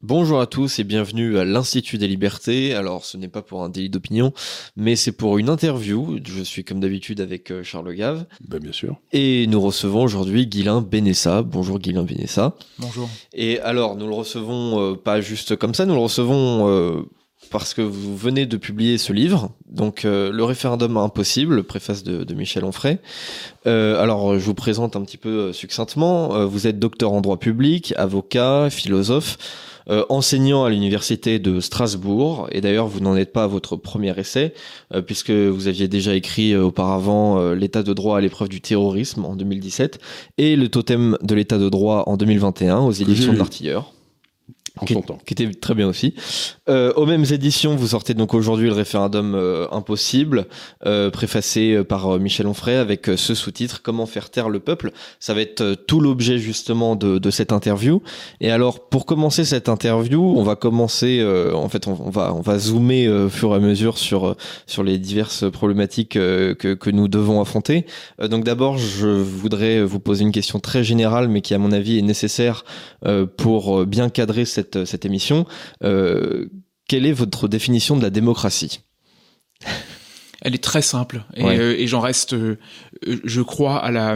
Bonjour à tous et bienvenue à l'Institut des Libertés. Alors ce n'est pas pour un délit d'opinion, mais c'est pour une interview. Je suis comme d'habitude avec Charles Gave. Bien sûr. Et nous recevons aujourd'hui Guilain Benessa. Bonjour Guilain Benessa. Bonjour. Et alors nous le recevons pas juste comme ça, nous le recevons parce que vous venez de publier ce livre, donc Le référendum impossible, préface de Michel Onfray. Alors je vous présente un petit peu succinctement. Vous êtes docteur en droit public, avocat, philosophe, enseignant à l'université de Strasbourg, et d'ailleurs vous n'en êtes pas à votre premier essai, puisque vous aviez déjà écrit auparavant l'état de droit à l'épreuve du terrorisme en 2017 et le totem de l'état de droit en 2021 aux éditions de l'Artilleur. Qui était très bien aussi. Aux mêmes éditions, vous sortez donc aujourd'hui le référendum impossible, préfacé par Michel Onfray avec ce sous-titre « Comment faire taire le peuple ». Ça va être tout l'objet justement de cette interview. Et alors, pour commencer cette interview, on va commencer, on va zoomer au fur et à mesure sur les diverses problématiques que nous devons affronter. Donc d'abord, je voudrais vous poser une question très générale, mais qui à mon avis est nécessaire pour bien cadrer cette émission. Quelle est votre définition de la démocratie ? Elle est très simple et j'en reste, je crois,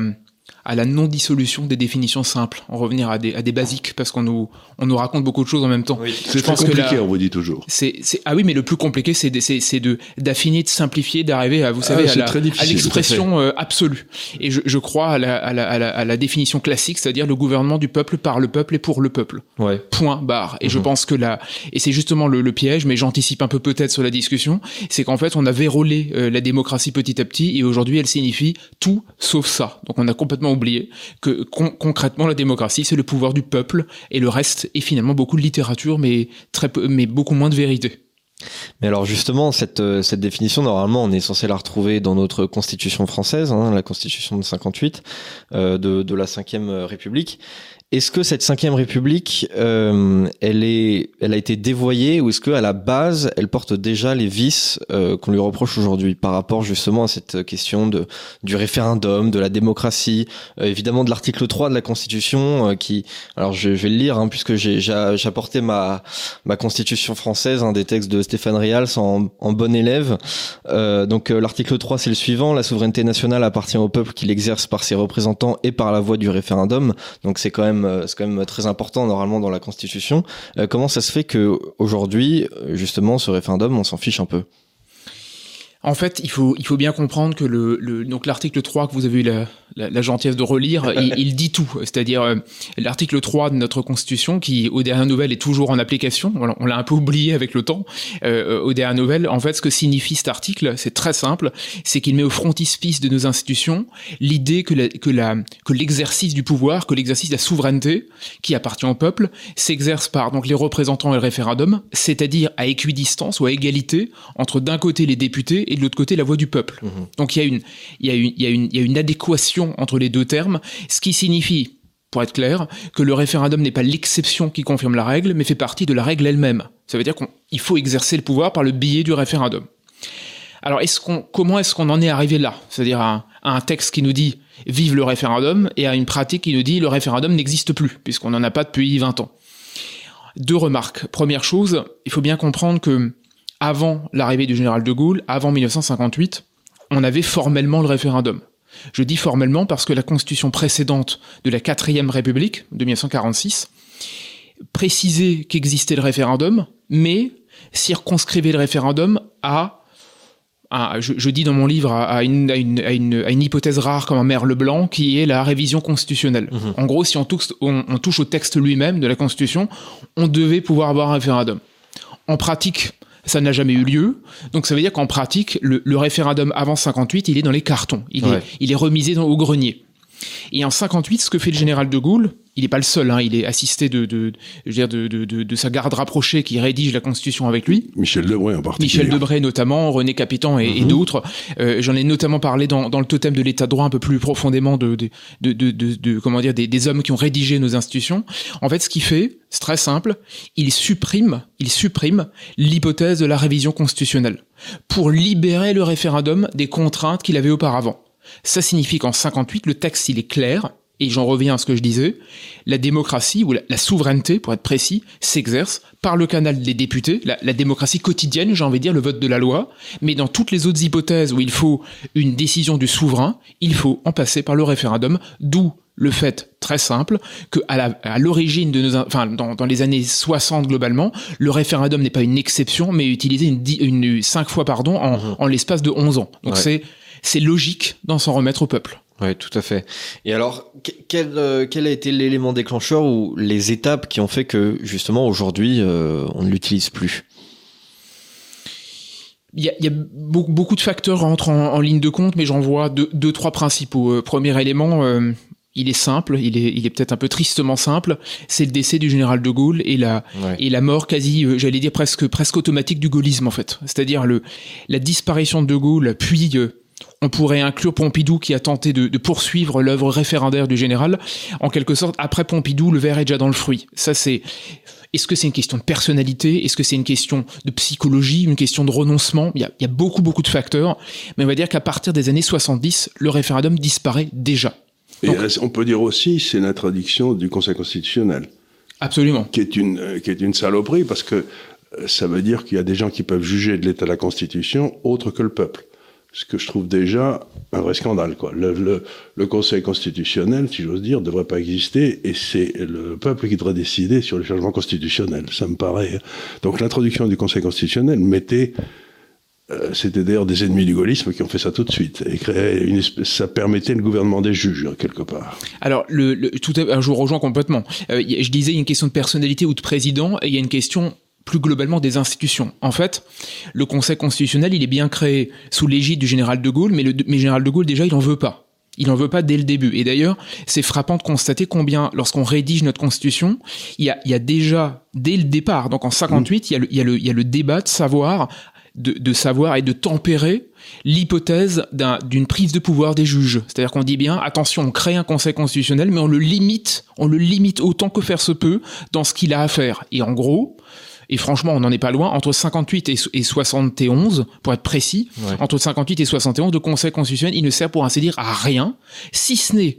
à la non-dissolution des définitions simples, en revenir à des basiques, parce qu'on nous raconte beaucoup de choses en même temps. Oui, c'est très compliqué, on vous dit toujours. Ah oui, mais le plus compliqué, c'est d'affiner, de simplifier, d'arriver à, vous savez, à l'expression absolue. Et je crois à la définition classique, c'est-à-dire le gouvernement du peuple, par le peuple et pour le peuple. Ouais. Point, barre. Et je pense que et c'est justement le piège, mais j'anticipe un peu peut-être sur la discussion, c'est qu'en fait, on a vérolé la démocratie petit à petit, et aujourd'hui, elle signifie tout sauf ça. Donc on a complètement oublier que concrètement la démocratie c'est le pouvoir du peuple et le reste est finalement beaucoup de littérature mais beaucoup moins de vérité. Mais alors justement cette définition, normalement on est censé la retrouver dans notre constitution française, la constitution de 58 de la 5e République. Est-ce que cette 5e République, elle a été dévoyée, ou est-ce qu'à la base, elle porte déjà les vices qu'on lui reproche aujourd'hui par rapport justement à cette question du référendum, de la démocratie, évidemment de l'article 3 de la Constitution qui, alors je vais le lire puisque j'ai apporté ma Constitution française, des textes de Stéphane Rials en bon élève. Donc l'article 3 c'est le suivant: la souveraineté nationale appartient au peuple qui l'exerce par ses représentants et par la voie du référendum. Donc c'est quand même très important normalement dans la Constitution. Comment ça se fait que aujourd'hui, justement, ce référendum, on s'en fiche un peu ? En fait, il faut bien comprendre que donc l'article 3 que vous avez eu la gentillesse de relire, il dit tout. C'est-à-dire l'article 3 de notre Constitution, qui aux dernières nouvelles est toujours en application. Voilà, on l'a un peu oublié avec le temps. Aux dernières nouvelles, en fait, ce que signifie cet article, c'est très simple, c'est qu'il met au frontispice de nos institutions l'idée que l'exercice du pouvoir, que l'exercice de la souveraineté, qui appartient au peuple, s'exerce par donc les représentants et le référendum, c'est-à-dire à équidistance ou à égalité entre d'un côté les députés et de l'autre côté la voix du peuple. Mmh. Donc il y a une adéquation entre les deux termes, ce qui signifie, pour être clair, que le référendum n'est pas l'exception qui confirme la règle, mais fait partie de la règle elle-même. Ça veut dire qu'il faut exercer le pouvoir par le biais du référendum. Alors comment est-ce qu'on en est arrivé là ? C'est-à-dire à un texte qui nous dit « vive le référendum » et à une pratique qui nous dit « le référendum n'existe plus » puisqu'on n'en a pas depuis 20 ans. Deux remarques. Première chose, il faut bien comprendre que avant l'arrivée du général de Gaulle, avant 1958, on avait formellement le référendum. Je dis formellement parce que la constitution précédente de la 4e République, de 1946, précisait qu'existait le référendum, mais circonscrivait le référendum je dis dans mon livre, à une hypothèse rare comme un Merle blanc, qui est la révision constitutionnelle. Mmh. En gros, si on touche au texte lui-même de la Constitution, on devait pouvoir avoir un référendum. En pratique, ça n'a jamais eu lieu, donc ça veut dire qu'en pratique, le référendum avant 58, il est dans les cartons, il est remisé au grenier. Et en 58, ce que fait le général de Gaulle, il n'est pas le seul, il est assisté de sa garde rapprochée qui rédige la Constitution avec lui. Michel Debré en particulier. Michel Debré notamment, René Capitan et d'autres. J'en ai notamment parlé dans le totem de l'état de droit un peu plus profondément des hommes qui ont rédigé nos institutions. En fait, ce qu'il fait, c'est très simple, il supprime l'hypothèse de la révision constitutionnelle pour libérer le référendum des contraintes qu'il avait auparavant. Ça signifie qu'en 58, le texte, il est clair, et j'en reviens à ce que je disais, la démocratie, ou la souveraineté, pour être précis, s'exerce par le canal des députés, la démocratie quotidienne, j'ai envie de dire, le vote de la loi, mais dans toutes les autres hypothèses où il faut une décision du souverain, il faut en passer par le référendum, d'où le fait très simple que à l'origine de dans les années 60 globalement, le référendum n'est pas une exception, mais utilisé 5 fois en l'espace de 11 ans. Donc c'est logique d'en s'en remettre au peuple. Oui, tout à fait. Et alors, quel a été l'élément déclencheur ou les étapes qui ont fait que, justement, aujourd'hui, on ne l'utilise plus ? Il y a beaucoup de facteurs rentrent en ligne de compte, mais j'en vois deux, trois principaux. Premier élément, il est simple, il est peut-être un peu tristement simple, c'est le décès du général de Gaulle et la mort quasi, j'allais dire presque automatique du gaullisme, en fait. C'est-à-dire la disparition de Gaulle, puis on pourrait inclure Pompidou qui a tenté de poursuivre l'œuvre référendaire du général. En quelque sorte, après Pompidou, le verre est déjà dans le fruit. Ça, est-ce que c'est une question de personnalité ? Est-ce que c'est une question de psychologie ? Une question de renoncement ? Il y a beaucoup de facteurs. Mais on va dire qu'à partir des années 70, le référendum disparaît déjà. Et on peut dire aussi, c'est l'interdiction du Conseil constitutionnel. Absolument. Qui est une saloperie, parce que ça veut dire qu'il y a des gens qui peuvent juger de l'état de la Constitution autre que le peuple. Ce que je trouve déjà un vrai scandale, quoi. Le Conseil constitutionnel, si j'ose dire, ne devrait pas exister, et c'est le peuple qui devrait décider sur les changements constitutionnels. Ça me paraît. Donc l'introduction du Conseil constitutionnel c'était d'ailleurs des ennemis du gaullisme qui ont fait ça tout de suite, et ça permettait le gouvernement des juges, quelque part. Alors, je vous rejoins complètement. Je disais, il y a une question de personnalité ou de président, et il y a une question plus globalement des institutions. En fait, le Conseil constitutionnel, il est bien créé sous l'égide du général de Gaulle, mais le général de Gaulle, déjà, il en veut pas. Il en veut pas dès le début. Et d'ailleurs, c'est frappant de constater combien, lorsqu'on rédige notre Constitution, il y a déjà, dès le départ, donc en 58, il y a le débat de savoir et de tempérer l'hypothèse d'une prise de pouvoir des juges. C'est-à-dire qu'on dit bien, attention, on crée un Conseil constitutionnel, mais on le limite autant que faire se peut dans ce qu'il a à faire. Et en gros, et franchement, on n'en est pas loin, entre 58 et 71, pour être précis, entre 58 et 71, le Conseil constitutionnel, il ne sert pour ainsi dire à rien, si ce n'est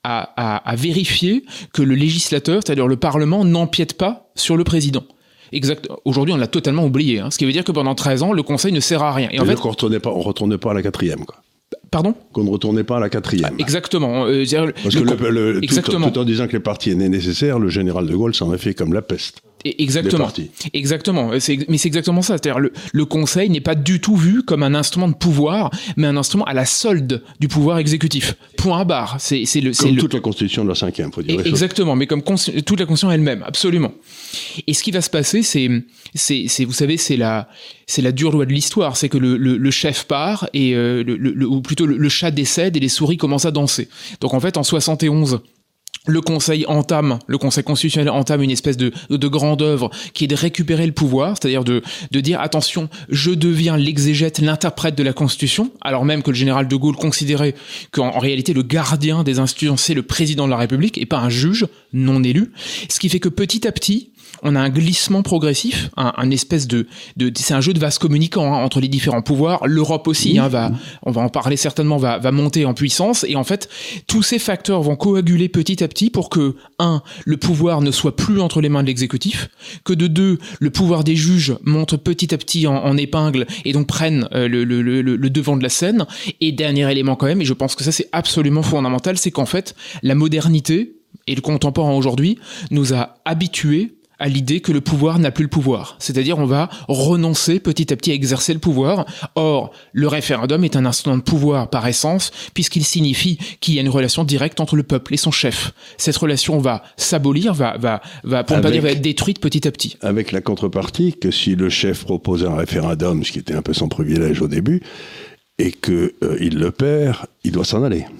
à vérifier que le législateur, c'est-à-dire le Parlement, n'empiète pas sur le président. Exact. Aujourd'hui, on l'a totalement oublié, hein. Ce qui veut dire que pendant 13 ans, le Conseil ne sert à rien. Et en fait, qu'on on retournait pas à la 4e, quoi. Pardon ? Qu'on ne retournait pas à la 4e. Exactement. Parce que tout en disant que les partis étaient nécessaires, le général de Gaulle s'en a fait comme la peste. Exactement. Exactement. Mais c'est exactement ça. C'est-à-dire le Conseil n'est pas du tout vu comme un instrument de pouvoir, mais un instrument à la solde du pouvoir exécutif. Point à barre. Comme toute la Constitution de la 5e, faut dire. Exactement. Mais comme toute la Constitution elle-même. Absolument. Et ce qui va se passer, vous savez, c'est la dure loi de l'histoire. C'est que le chef part et ou plutôt le chat décède et les souris commencent à danser. Donc en fait, en 71, le Conseil constitutionnel entame une espèce de grande œuvre qui est de récupérer le pouvoir, c'est-à-dire de dire attention, je deviens l'exégète, l'interprète de la Constitution, alors même que le général de Gaulle considérait qu'en réalité le gardien des institutions c'est le président de la République et pas un juge non élu, ce qui fait que petit à petit on a un glissement progressif, un espèce c'est un jeu de vase communicant entre les différents pouvoirs. L'Europe aussi, on va en parler certainement, va monter en puissance. Et en fait, tous ces facteurs vont coaguler petit à petit pour que, 1, le pouvoir ne soit plus entre les mains de l'exécutif, que de 2, le pouvoir des juges monte petit à petit en épingle et donc prenne le devant de la scène. Et dernier élément quand même, et je pense que ça c'est absolument fondamental, c'est qu'en fait, la modernité et le contemporain aujourd'hui nous a habitués à l'idée que le pouvoir n'a plus le pouvoir. C'est-à-dire, on va renoncer petit à petit à exercer le pouvoir. Or, le référendum est un instrument de pouvoir par essence, puisqu'il signifie qu'il y a une relation directe entre le peuple et son chef. Cette relation va s'abolir, va être détruite petit à petit. Avec la contrepartie que si le chef propose un référendum, ce qui était un peu son privilège au début, et qu'il le perd, il doit s'en aller.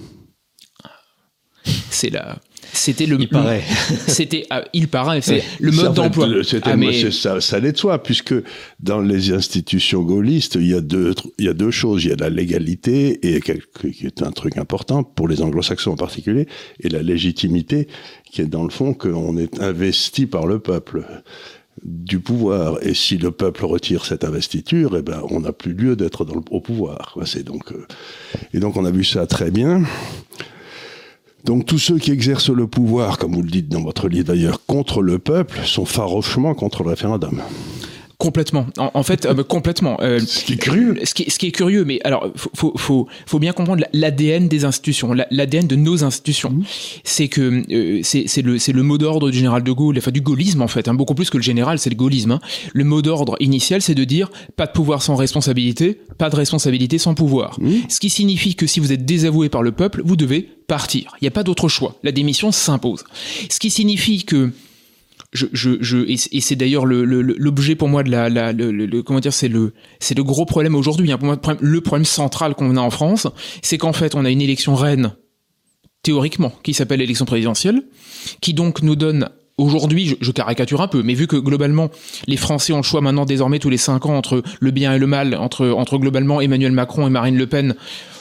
Il paraît. C'est le mode d'emploi. Ça allait de soi, puisque dans les institutions gaullistes, il y a deux choses. Il y a la légalité, qui est un truc important pour les anglo-saxons en particulier, et la légitimité, qui est dans le fond qu'on est investi par le peuple du pouvoir. Et si le peuple retire cette investiture, on n'a plus lieu d'être au pouvoir. Et donc on a vu ça très bien. Donc tous ceux qui exercent le pouvoir, comme vous le dites dans votre livre d'ailleurs, contre le peuple, sont farouchement contre le référendum. Complètement. En fait, complètement. Ce qui est curieux. Ce qui est curieux, mais alors, faut bien comprendre l'ADN des institutions, l'ADN de nos institutions. C'est que c'est le mot d'ordre du général de Gaulle, enfin du gaullisme en fait, beaucoup plus que le général, c'est le gaullisme. Le mot d'ordre initial, c'est de dire pas de pouvoir sans responsabilité, pas de responsabilité sans pouvoir. Ce qui signifie que si vous êtes désavoué par le peuple, vous devez partir. Il n'y a pas d'autre choix. La démission s'impose. Ce qui signifie que et c'est d'ailleurs l'objet pour moi de comment dire, c'est le gros problème aujourd'hui. Pour moi, le problème central qu'on a en France, c'est qu'en fait, on a une élection reine, théoriquement, qui s'appelle l'élection présidentielle, qui donc nous donne aujourd'hui, je caricature un peu, mais vu que globalement, les Français ont le choix maintenant désormais tous les 5 ans entre le bien et le mal, entre globalement Emmanuel Macron et Marine Le Pen,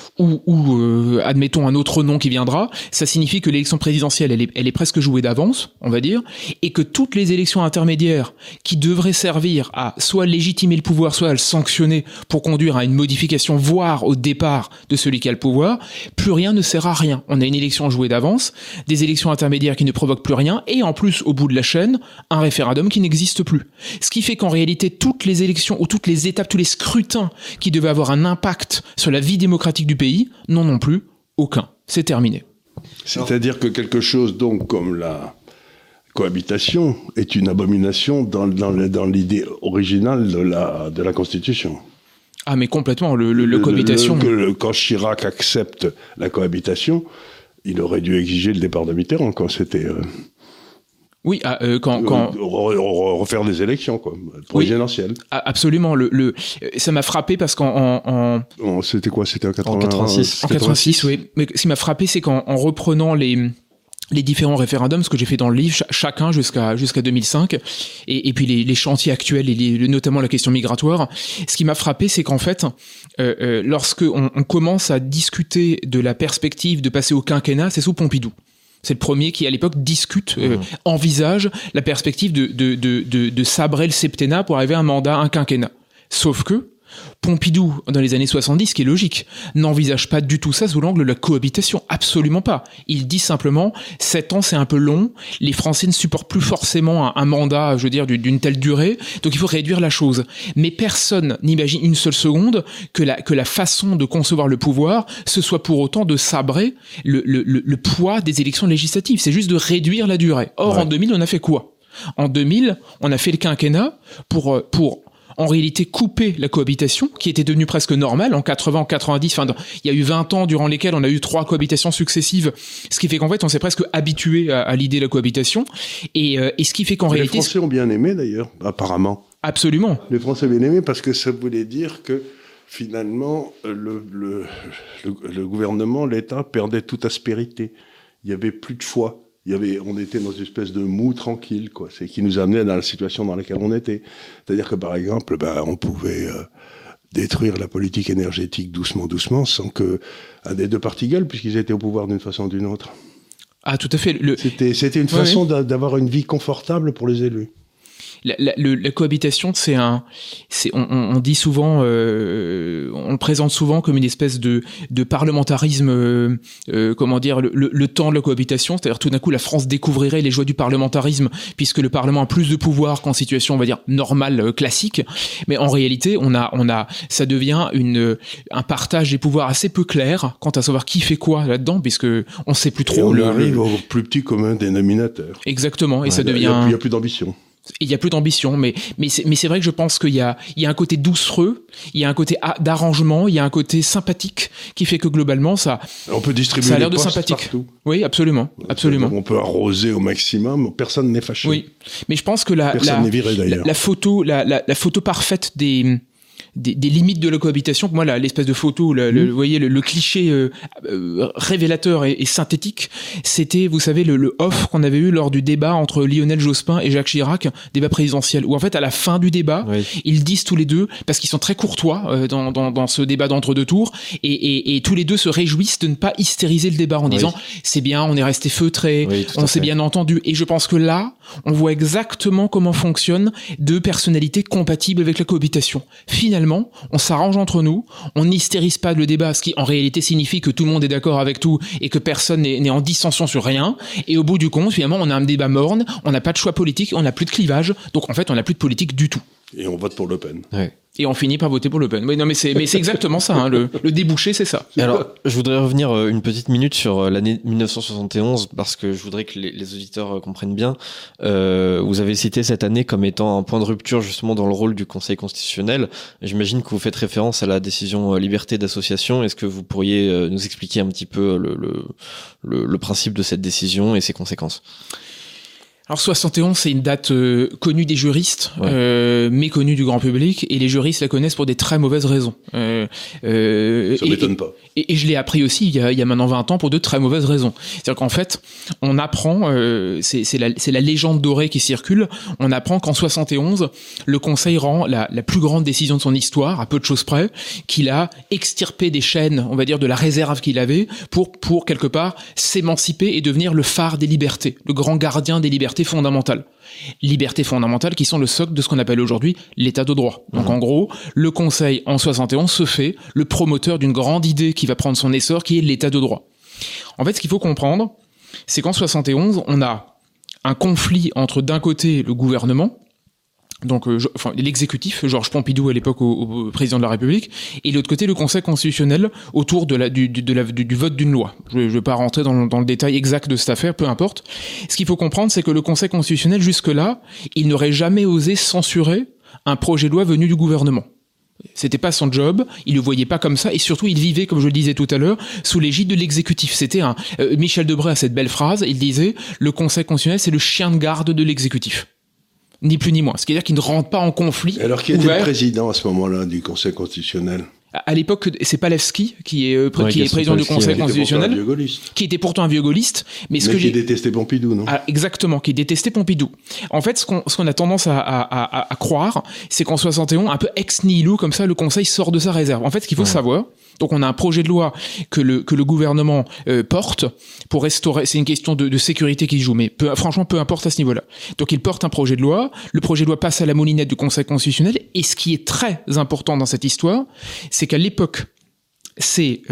ou admettons un autre nom qui viendra, ça signifie que l'élection présidentielle, elle est presque jouée d'avance, on va dire, et que toutes les élections intermédiaires qui devraient servir à soit légitimer le pouvoir, soit à le sanctionner pour conduire à une modification, voire au départ de celui qui a le pouvoir, plus rien ne sert à rien. On a une élection jouée d'avance, des élections intermédiaires qui ne provoquent plus rien, et en plus, au bout de la chaîne, un référendum qui n'existe plus. Ce qui fait qu'en réalité, toutes les élections, ou toutes les étapes, tous les scrutins qui devaient avoir un impact sur la vie démocratique du pays, non plus, aucun. C'est terminé. C'est-à-dire que quelque chose donc comme la cohabitation est une abomination dans l'idée originale de la Constitution. Ah mais complètement, le cohabitation... Quand Chirac accepte la cohabitation, il aurait dû exiger le départ de Mitterrand quand c'était... Oui, refaire des élections, quoi, présidentielles. Oui, absolument. Ça m'a frappé parce c'était quoi? C'était en 86. En 86, oui. Mais ce qui m'a frappé, c'est qu'en reprenant les différents référendums, ce que j'ai fait dans le livre, chacun jusqu'à 2005, et puis les chantiers actuels, et notamment la question migratoire, ce qui m'a frappé, c'est qu'en fait, lorsque on commence à discuter de la perspective de passer au quinquennat, c'est sous Pompidou. C'est le premier qui, à l'époque, discute, envisage la perspective de sabrer le septennat pour arriver à un quinquennat. Sauf que Pompidou, dans les années 70, ce qui est logique, n'envisage pas du tout ça sous l'angle de la cohabitation. Absolument pas. Il dit simplement, 7 ans, c'est un peu long, les Français ne supportent plus forcément un mandat, je veux dire, d'une telle durée, donc il faut réduire la chose. Mais personne n'imagine une seule seconde que la façon de concevoir le pouvoir, ce soit pour autant de sabrer le poids des élections législatives. C'est juste de réduire la durée. Or, en 2000, on a fait quoi? En 2000, on a fait le quinquennat pour en réalité couper la cohabitation, qui était devenue presque normale en 80, en 90, enfin, il y a eu 20 ans durant lesquels on a eu 3 cohabitations successives, ce qui fait qu'en fait, on s'est presque habitué à l'idée de la cohabitation, et ce qui fait qu'en réalité... Les Français ont bien aimé, d'ailleurs, apparemment. Absolument. Les Français ont bien aimé parce que ça voulait dire que, finalement, le gouvernement, l'État, perdait toute aspérité. Il n'y avait plus de choix. On était dans une espèce de moue tranquille, quoi. C'est qui nous amenait dans la situation dans laquelle on était. C'est-à-dire que, par exemple, on pouvait détruire la politique énergétique doucement, sans que un des deux partis gueule, puisqu'ils étaient au pouvoir d'une façon ou d'une autre. Ah, tout à fait. C'était une façon d'avoir une vie confortable pour les élus. La cohabitation, on dit souvent, on le présente souvent comme une espèce de parlementarisme, comment dire, le temps de la cohabitation, c'est-à-dire tout d'un coup la France découvrirait les joies du parlementarisme puisque le Parlement a plus de pouvoir qu'en situation, on va dire, normale, classique. Mais en réalité, ça devient un partage des pouvoirs assez peu clair quant à savoir qui fait quoi là-dedans, puisque on sait plus trop. Et on arrive au plus petit commun dénominateur. Exactement, et ça devient. Il n'y a plus d'ambition. Il y a plus d'ambition, mais c'est vrai que je pense qu'il y a un côté doucereux, il y a un côté d'arrangement, il y a un côté sympathique qui fait que globalement on peut distribuer ça a l'air les de postes sympathique. Partout. Oui, absolument. On peut arroser au maximum, personne n'est fâché. Oui, mais je pense que personne n'est viré, d'ailleurs. La photo parfaite des limites de la cohabitation, que moi l'espèce de photo, vous voyez le cliché révélateur et synthétique, c'était, vous savez, le off qu'on avait eu lors du débat entre Lionel Jospin et Jacques Chirac, débat présidentiel, où en fait à la fin du débat, ils disent tous les deux, parce qu'ils sont très courtois dans ce débat d'entre-deux tours, et tous les deux se réjouissent de ne pas hystériser le débat en disant c'est bien, on est resté feutré, on s'est bien entendu, et je pense que là on voit exactement comment fonctionnent deux personnalités compatibles avec la cohabitation. Finalement, finalement, on s'arrange entre nous, on n'hystérise pas le débat, ce qui en réalité signifie que tout le monde est d'accord avec tout et que personne n'est en dissension sur rien. Et au bout du compte, finalement, on a un débat morne, on n'a pas de choix politique, on n'a plus de clivage, donc en fait, on n'a plus de politique du tout. Et on vote pour Le Pen. Ouais. Et on finit par voter pour Le Pen. Oui, non, mais c'est exactement ça. Hein, le débouché, c'est ça. Alors, je voudrais revenir une petite minute sur l'année 1971 parce que je voudrais que les auditeurs comprennent bien. Vous avez cité cette année comme étant un point de rupture justement dans le rôle du Conseil constitutionnel. J'imagine que vous faites référence à la décision liberté d'association. Est-ce que vous pourriez nous expliquer un petit peu le principe de cette décision et ses conséquences ? Alors 71, c'est une date connue des juristes, méconnue du grand public, et les juristes la connaissent pour des très mauvaises raisons. Ça m'étonne pas. Et je l'ai appris aussi il y a maintenant 20 ans pour de très mauvaises raisons. C'est-à-dire qu'en fait, on apprend, c'est la légende dorée qui circule, on apprend qu'en 71, le Conseil rend la plus grande décision de son histoire, à peu de choses près, qu'il a extirpé des chaînes, on va dire, de la réserve qu'il avait pour quelque part s'émanciper et devenir le phare des libertés, le grand gardien des libertés fondamentales. Libertés fondamentales qui sont le socle de ce qu'on appelle aujourd'hui l'état de droit. Donc en gros, le Conseil en 71 se fait le promoteur d'une grande idée qui va prendre son essor, qui est l'état de droit. En fait, ce qu'il faut comprendre, c'est qu'en 71, on a un conflit entre d'un côté le gouvernement, donc l'exécutif, Georges Pompidou à l'époque au président de la République, et de l'autre côté le Conseil constitutionnel autour du vote d'une loi. Je ne vais pas rentrer dans le détail exact de cette affaire, peu importe. Ce qu'il faut comprendre, c'est que le Conseil constitutionnel, jusque-là, il n'aurait jamais osé censurer un projet de loi venu du gouvernement. C'était pas son job, il le voyait pas comme ça, et surtout il vivait, comme je le disais tout à l'heure, sous l'égide de l'exécutif. C'était Michel Debré a cette belle phrase, il disait « Le Conseil constitutionnel, c'est le chien de garde de l'exécutif ». Ni plus ni moins. Ce qui veut dire qu'il ne rentre pas en conflit. Alors, qui était le président à ce moment-là du Conseil constitutionnel ? À l'époque, c'est Palevski qui est président du Conseil constitutionnel, qui était pourtant un vieux gaulliste, mais qui détestait Pompidou, non ? Exactement, qui détestait Pompidou. En fait, ce qu'on a tendance à croire, c'est qu'en 71, un peu ex nihilo comme ça, le Conseil sort de sa réserve. En fait, ce qu'il faut savoir, donc on a un projet de loi que le gouvernement porte pour restaurer. C'est une question de sécurité qui se joue, mais franchement, peu importe à ce niveau-là. Donc il porte un projet de loi. Le projet de loi passe à la moulinette du Conseil constitutionnel. Et ce qui est très important dans cette histoire, c'est qu'à l'époque, c'est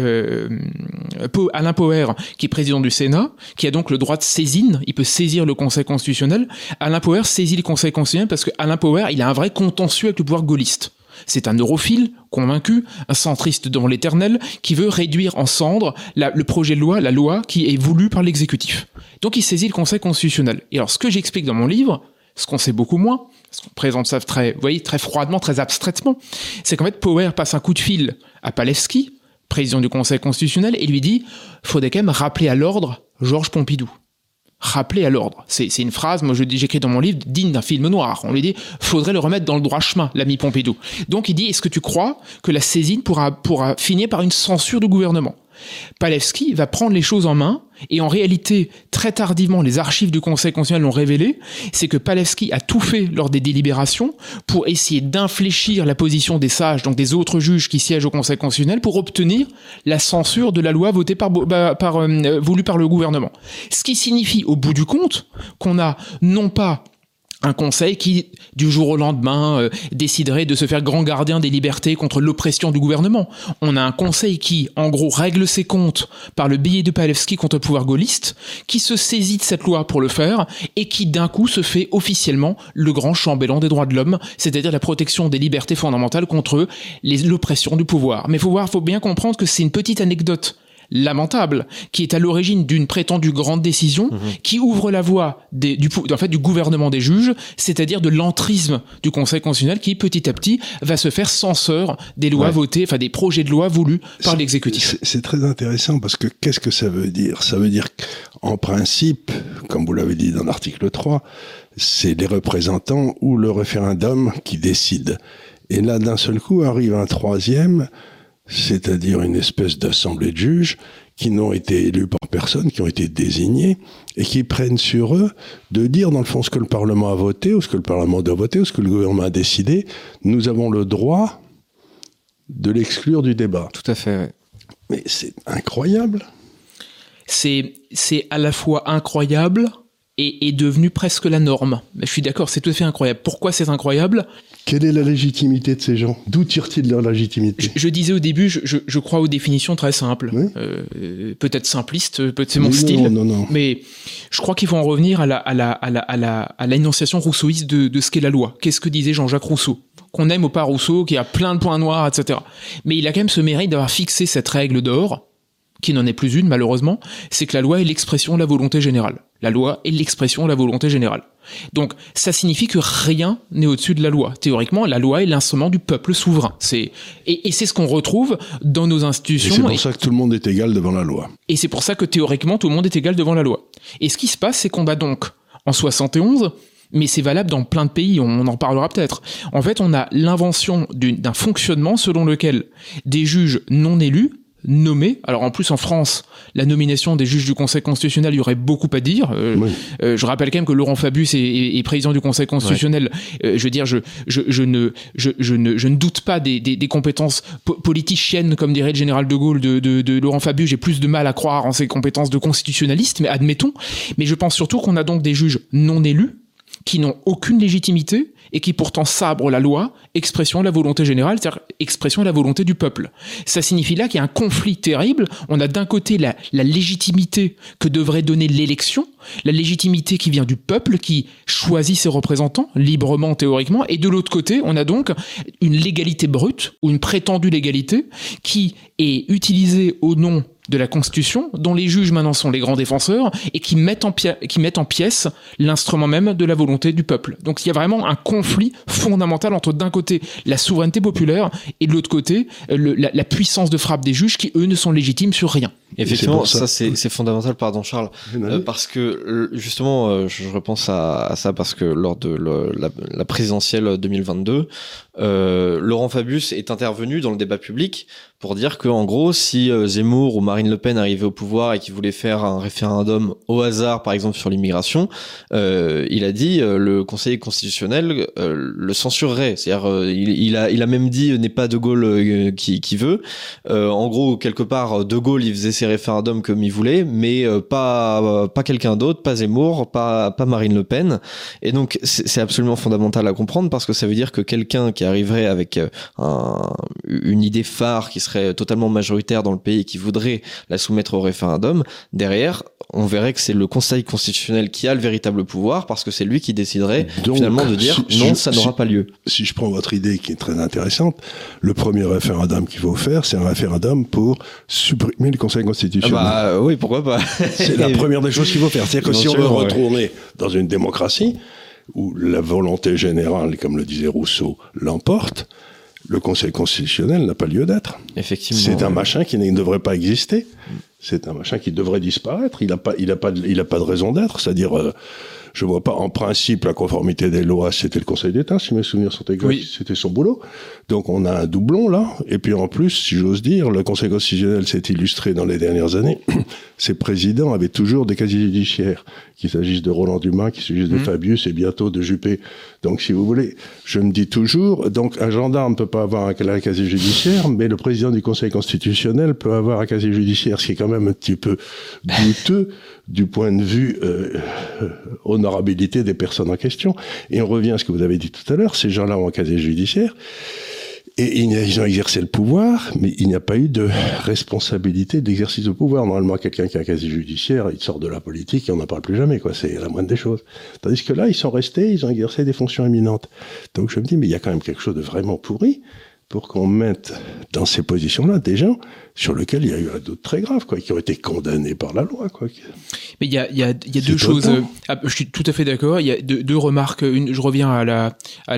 Alain Poher qui est président du Sénat, qui a donc le droit de saisine, il peut saisir le Conseil constitutionnel. Alain Poher saisit le Conseil constitutionnel parce que Alain Poher, il a un vrai contentieux avec le pouvoir gaulliste. C'est un europhile convaincu, un centriste dans l'éternel, qui veut réduire en cendres le projet de loi, la loi qui est voulue par l'exécutif. Donc il saisit le Conseil constitutionnel. Et alors ce que j'explique dans mon livre, ce qu'on sait beaucoup moins, parce qu'on présente ça très froidement, très abstraitement, c'est qu'en fait Poher passe un coup de fil à Palevski, président du Conseil constitutionnel, et lui dit « Faudrait quand même rappeler à l'ordre Georges Pompidou ». Rappeler à l'ordre. C'est une phrase, moi j'écris dans mon livre, digne d'un film noir. On lui dit, faudrait le remettre dans le droit chemin, l'ami Pompidou. Donc il dit, est-ce que tu crois que la saisine pourra finir par une censure du gouvernement ? Palevski va prendre les choses en main, et en réalité, très tardivement, les archives du Conseil constitutionnel l'ont révélé, c'est que Palevski a tout fait lors des délibérations pour essayer d'infléchir la position des sages, donc des autres juges qui siègent au Conseil constitutionnel, pour obtenir la censure de la loi votée voulue par le gouvernement. Ce qui signifie, au bout du compte, qu'on a non pas un conseil qui, du jour au lendemain, déciderait de se faire grand gardien des libertés contre l'oppression du gouvernement. On a un conseil qui, en gros, règle ses comptes par le billet de Palevski contre le pouvoir gaulliste, qui se saisit de cette loi pour le faire, et qui, d'un coup, se fait officiellement le grand chambellan des droits de l'homme, c'est-à-dire la protection des libertés fondamentales contre l'oppression du pouvoir. Mais faut bien comprendre que c'est une petite anecdote lamentable, qui est à l'origine d'une prétendue grande décision qui ouvre la voie du gouvernement des juges, c'est-à-dire de l'entrisme du Conseil constitutionnel qui, petit à petit, va se faire censeur des lois votées, des projets de loi voulus par l'exécutif. C'est très intéressant parce que qu'est-ce que ça veut dire ? Ça veut dire qu'en principe, comme vous l'avez dit dans l'article 3, c'est les représentants ou le référendum qui décident. Et là, d'un seul coup, arrive un troisième, c'est-à-dire une espèce d'assemblée de juges qui n'ont été élus par personne, qui ont été désignés, et qui prennent sur eux de dire, dans le fond, ce que le Parlement a voté, ou ce que le Parlement doit voter, ou ce que le gouvernement a décidé. Nous avons le droit de l'exclure du débat. Tout à fait, ouais. Mais c'est incroyable. C'est à la fois incroyable est devenu presque la norme. Je suis d'accord, c'est tout à fait incroyable. Pourquoi c'est incroyable ? Quelle est la légitimité de ces gens ? D'où tirent-ils leur légitimité ? Je disais au début, je crois aux définitions très simples. Oui. Peut-être simplistes, peut-être c'est mon style. Non. Mais je crois qu'il faut en revenir à l'énonciation rousseauiste de ce qu'est la loi. Qu'est-ce que disait Jean-Jacques Rousseau ? Qu'on aime ou pas Rousseau, qui a plein de points noirs, etc. Mais il a quand même ce mérite d'avoir fixé cette règle d'or, qui n'en est plus une malheureusement, c'est que la loi est l'expression de la volonté générale. La loi est l'expression de la volonté générale. Donc ça signifie que rien n'est au-dessus de la loi. Théoriquement, la loi est l'instrument du peuple souverain. Et c'est ce qu'on retrouve dans nos institutions. Et c'est pour ça que tout le monde est égal devant la loi. Et c'est pour ça que théoriquement, tout le monde est égal devant la loi. Et ce qui se passe, c'est qu'on a donc, en 71... mais c'est valable dans plein de pays, on en parlera peut-être. En fait, on a l'invention d'un fonctionnement selon lequel des juges non élus, nommés, alors en plus en France, la nomination des juges du Conseil constitutionnel, il y aurait beaucoup à dire. Oui. Je rappelle quand même que Laurent Fabius est président du Conseil constitutionnel. Ouais. Je veux dire, je ne doute pas des compétences politiciennes, comme dirait le général de Gaulle de Laurent Fabius. J'ai plus de mal à croire en ses compétences de constitutionnaliste, mais admettons. Mais je pense surtout qu'on a donc des juges non élus, qui n'ont aucune légitimité et qui pourtant sabrent la loi, expression de la volonté générale, c'est-à-dire expression de la volonté du peuple. Ça signifie là qu'il y a un conflit terrible. On a d'un côté la légitimité que devrait donner l'élection, la légitimité qui vient du peuple, qui choisit ses représentants, librement, théoriquement, et de l'autre côté, on a donc une légalité brute, ou une prétendue légalité, qui est utilisée au nom de la Constitution, dont les juges maintenant sont les grands défenseurs, et qui mettent en pièces l'instrument même de la volonté du peuple. Donc il y a vraiment un conflit fondamental entre d'un côté la souveraineté populaire et de l'autre côté la puissance de frappe des juges qui eux ne sont légitimes sur rien. Effectivement, ça c'est fondamental, pardon Charles, parce que justement, je repense à ça parce que lors de la présidentielle 2022, Laurent Fabius est intervenu dans le débat public pour dire que en gros, si Zemmour ou Marine Le Pen arrivaient au pouvoir et qu'ils voulaient faire un référendum au hasard, par exemple sur l'immigration, il a dit le Conseil constitutionnel le censurerait. C'est-à-dire, il a même dit n'est pas De Gaulle qui veut. En gros, quelque part, De Gaulle il faisait ses référendums comme il voulait, mais pas quelqu'un d'autre, pas Zemmour, pas Marine Le Pen. Et donc c'est absolument fondamental à comprendre parce que ça veut dire que quelqu'un qui arriverait avec une idée phare qui serait totalement majoritaire dans le pays et qui voudrait la soumettre au référendum, derrière, on verrait que c'est le Conseil constitutionnel qui a le véritable pouvoir parce que c'est lui qui déciderait donc, finalement de dire non, ça n'aura pas lieu. Si je prends votre idée qui est très intéressante, le premier référendum qu'il faut faire, c'est un référendum pour supprimer le Conseil constitutionnel. Oui, pourquoi pas. C'est la première des choses qu'il faut faire. C'est-à-dire que si on veut retourner dans une démocratie où la volonté générale, comme le disait Rousseau, l'emporte, le Conseil constitutionnel n'a pas lieu d'être. Effectivement. C'est un machin qui ne devrait pas exister. C'est un machin qui devrait disparaître. Il n'a pas de raison d'être. C'est-à-dire, je vois pas, en principe, la conformité des lois, c'était le Conseil d'État, si mes souvenirs sont exacts, oui. C'était son boulot. Donc on a un doublon là. Et puis en plus, si j'ose dire, le Conseil constitutionnel s'est illustré dans les dernières années. Ses présidents avaient toujours des casiers judiciaires, qu'il s'agisse de Roland Dumas, qu'il s'agisse de Fabius et bientôt de Juppé. Donc si vous voulez, je me dis toujours, donc un gendarme peut pas avoir un casier judiciaire, mais le président du Conseil constitutionnel peut avoir un casier judiciaire, ce qui est quand même un petit peu douteux du point de vue honorabilité des personnes en question. Et on revient à ce que vous avez dit tout à l'heure, ces gens-là ont un casier judiciaire, et ils ont exercé le pouvoir, mais il n'y a pas eu de responsabilité d'exercice de pouvoir. Normalement, quelqu'un qui a un casier judiciaire, il sort de la politique et on n'en parle plus jamais, quoi. C'est la moindre des choses. Tandis que là, ils sont restés, ils ont exercé des fonctions éminentes. Donc je me dis, mais il y a quand même quelque chose de vraiment pourri pour qu'on mette dans ces positions-là des gens sur lesquels il y a eu un doute très grave, quoi, qui ont été condamnés par la loi, quoi. Mais il y a deux choses. Je suis tout à fait d'accord. Il y a deux remarques. Une, je reviens à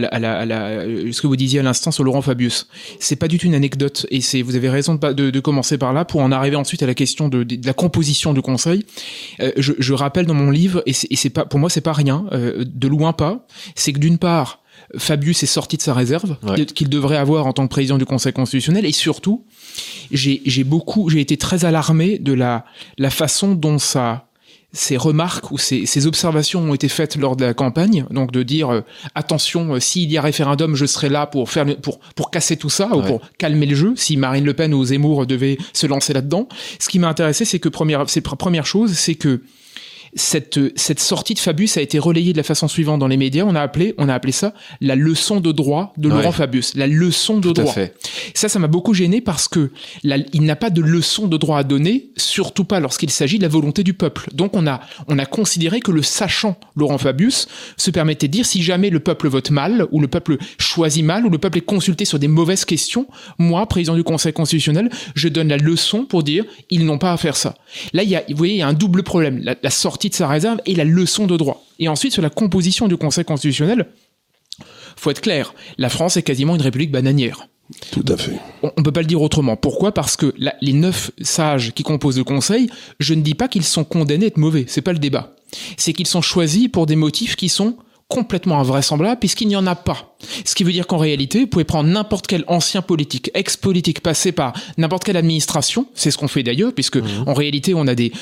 ce que vous disiez à l'instant sur Laurent Fabius. C'est pas du tout une anecdote, et vous avez raison de commencer par là pour en arriver ensuite à la question de la composition du Conseil. Je rappelle dans mon livre, et c'est pas, pour moi, c'est pas rien, de loin pas. C'est que d'une part, Fabius est sorti de sa réserve qu'il devrait avoir en tant que président du Conseil constitutionnel, et surtout j'ai été très alarmé de la façon dont ces remarques ou ces observations ont été faites lors de la campagne, donc de dire attention, s'il y a référendum, je serai là pour casser tout ça, ou pour calmer le jeu, si Marine Le Pen ou Zemmour devaient se lancer là-dedans. Ce qui m'a intéressé, c'est que première chose, c'est que cette sortie de Fabius a été relayée de la façon suivante dans les médias. On a appelé ça la leçon de droit de Laurent Fabius. La leçon de droit. Ça m'a beaucoup gêné parce que il n'a pas de leçon de droit à donner, surtout pas lorsqu'il s'agit de la volonté du peuple. Donc on a considéré que le sachant Laurent Fabius se permettait de dire si jamais le peuple vote mal, ou le peuple choisit mal, ou le peuple est consulté sur des mauvaises questions, moi, président du Conseil constitutionnel, je donne la leçon pour dire ils n'ont pas à faire ça. Là, vous voyez, il y a un double problème, la sortie de sa réserve et la leçon de droit. Et ensuite, sur la composition du Conseil constitutionnel, faut être clair, la France est quasiment une république bananière. Tout à fait. On peut pas le dire autrement. Pourquoi ? Parce que les 9 sages qui composent le Conseil, je ne dis pas qu'ils sont condamnés à être mauvais, c'est pas le débat. C'est qu'ils sont choisis pour des motifs qui sont complètement invraisemblable puisqu'il n'y en a pas. Ce qui veut dire qu'en réalité, vous pouvez prendre n'importe quel ancien politique, ex-politique, passé par n'importe quelle administration, c'est ce qu'on fait d'ailleurs, puisque en réalité, on a des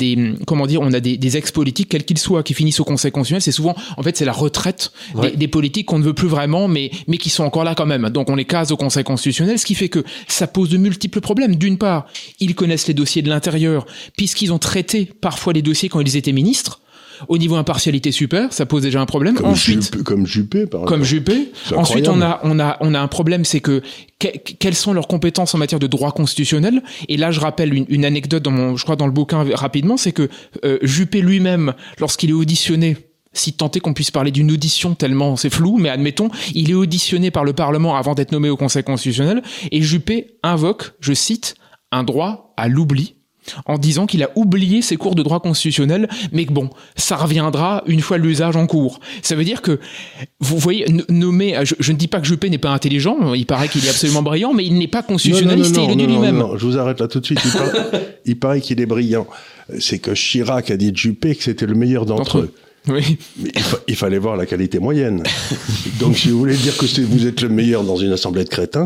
ex-politiques, quels qu'ils soient, qui finissent au Conseil constitutionnel. C'est souvent, en fait, c'est la retraite des politiques qu'on ne veut plus vraiment, mais qui sont encore là quand même. Donc, on les case au Conseil constitutionnel, ce qui fait que ça pose de multiples problèmes. D'une part, ils connaissent les dossiers de l'intérieur, puisqu'ils ont traité parfois les dossiers quand ils étaient ministres. Au niveau impartialité super, ça pose déjà un problème. Ensuite, comme Juppé, par exemple. Comme Juppé. Ensuite, on a un problème, c'est que quelles sont leurs compétences en matière de droit constitutionnel. Et là, je rappelle une anecdote je crois dans le bouquin rapidement, c'est que Juppé lui-même, lorsqu'il est auditionné, si tant est qu'on puisse parler d'une audition tellement c'est flou, mais admettons, il est auditionné par le Parlement avant d'être nommé au Conseil constitutionnel, et Juppé invoque, je cite, un droit à l'oubli, en disant qu'il a oublié ses cours de droit constitutionnel, mais que bon, ça reviendra une fois l'usage en cours. Ça veut dire que, vous voyez, nommer, je ne dis pas que Juppé n'est pas intelligent, il paraît qu'il est absolument brillant, mais il n'est pas constitutionnaliste, il le dit lui-même. Non, je vous arrête là tout de suite, il paraît qu'il est brillant. C'est que Chirac a dit de Juppé que c'était le meilleur d'entre eux. Oui. Mais il fallait voir la qualité moyenne. Donc si vous voulez dire que vous êtes le meilleur dans une assemblée de crétins,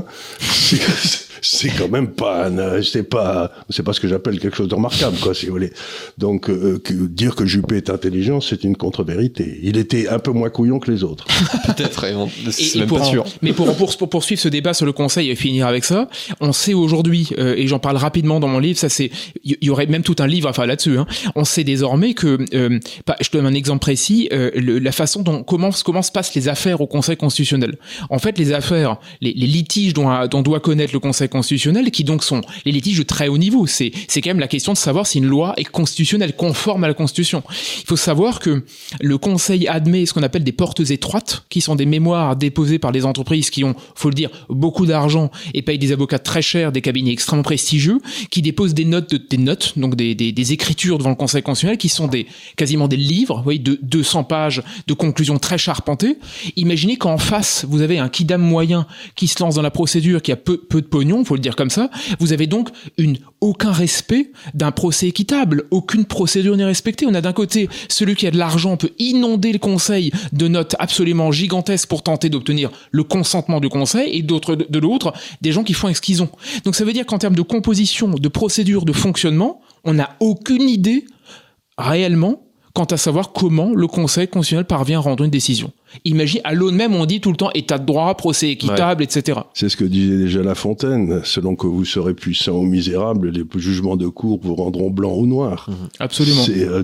c'est quand même pas c'est pas ce que j'appelle quelque chose de remarquable, quoi, si vous voulez. Donc dire que Juppé est intelligent, c'est une contre-vérité. Il était un peu moins couillon que les autres. Peut-être, c'est même pas sûr. Mais pour poursuivre ce débat sur le Conseil et finir avec ça, on sait aujourd'hui, et j'en parle rapidement dans mon livre, il y aurait même tout un livre là-dessus, on sait désormais que, je te donne un exemple précis, la façon dont comment se passent les affaires au Conseil constitutionnel. En fait, les affaires, les litiges dont doit connaître le Conseil constitutionnel, qui donc sont les litiges de très haut niveau, c'est quand même la question de savoir si une loi est constitutionnelle, conforme à la Constitution. Il faut savoir que le Conseil admet ce qu'on appelle des portes étroites, qui sont des mémoires déposées par des entreprises qui ont, faut le dire, beaucoup d'argent et payent des avocats très chers, des cabinets extrêmement prestigieux, qui déposent des notes, donc des écritures devant le Conseil constitutionnel, qui sont quasiment des livres, vous voyez, de 200 pages de conclusions très charpentées. Imaginez qu'en face, vous avez un quidam moyen qui se lance dans la procédure, qui a peu de pognon, faut le dire comme ça. Vous avez donc aucun respect d'un procès équitable. Aucune procédure n'est respectée. On a d'un côté celui qui a de l'argent peut inonder le Conseil de notes absolument gigantesques pour tenter d'obtenir le consentement du Conseil, et de l'autre, des gens qui font avec ce qu'ils ont. Donc ça veut dire qu'en termes de composition, de procédure, de fonctionnement, on n'a aucune idée réellement quant à savoir comment le Conseil constitutionnel parvient à rendre une décision. Imaginez, à l'aune même, on dit tout le temps état de droit, procès équitable, etc. C'est ce que disait déjà La Fontaine. Selon que vous serez puissant ou misérable, les jugements de cour vous rendront blanc ou noir. Absolument.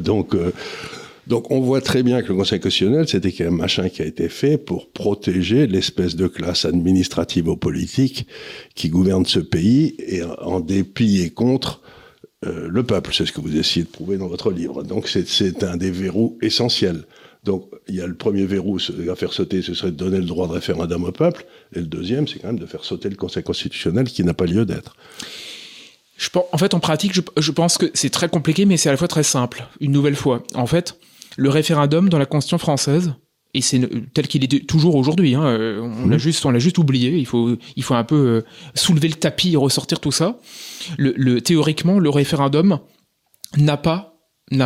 Donc on voit très bien que le Conseil constitutionnel, c'était un machin qui a été fait pour protéger l'espèce de classe administrativo-politique qui gouverne ce pays, et en dépit et contre le peuple. C'est ce que vous essayez de prouver dans votre livre. Donc c'est un des verrous essentiels. Donc il y a le premier verrou à faire sauter, ce serait de donner le droit de référendum au peuple, et le deuxième, c'est quand même de faire sauter le Conseil constitutionnel qui n'a pas lieu d'être. En fait, en pratique, je pense que c'est très compliqué, mais c'est à la fois très simple. Une nouvelle fois, en fait, le référendum dans la Constitution française, et c'est tel qu'il est toujours aujourd'hui, on l'a juste oublié. Il faut un peu soulever le tapis et ressortir tout ça. Théoriquement, le référendum n'a pas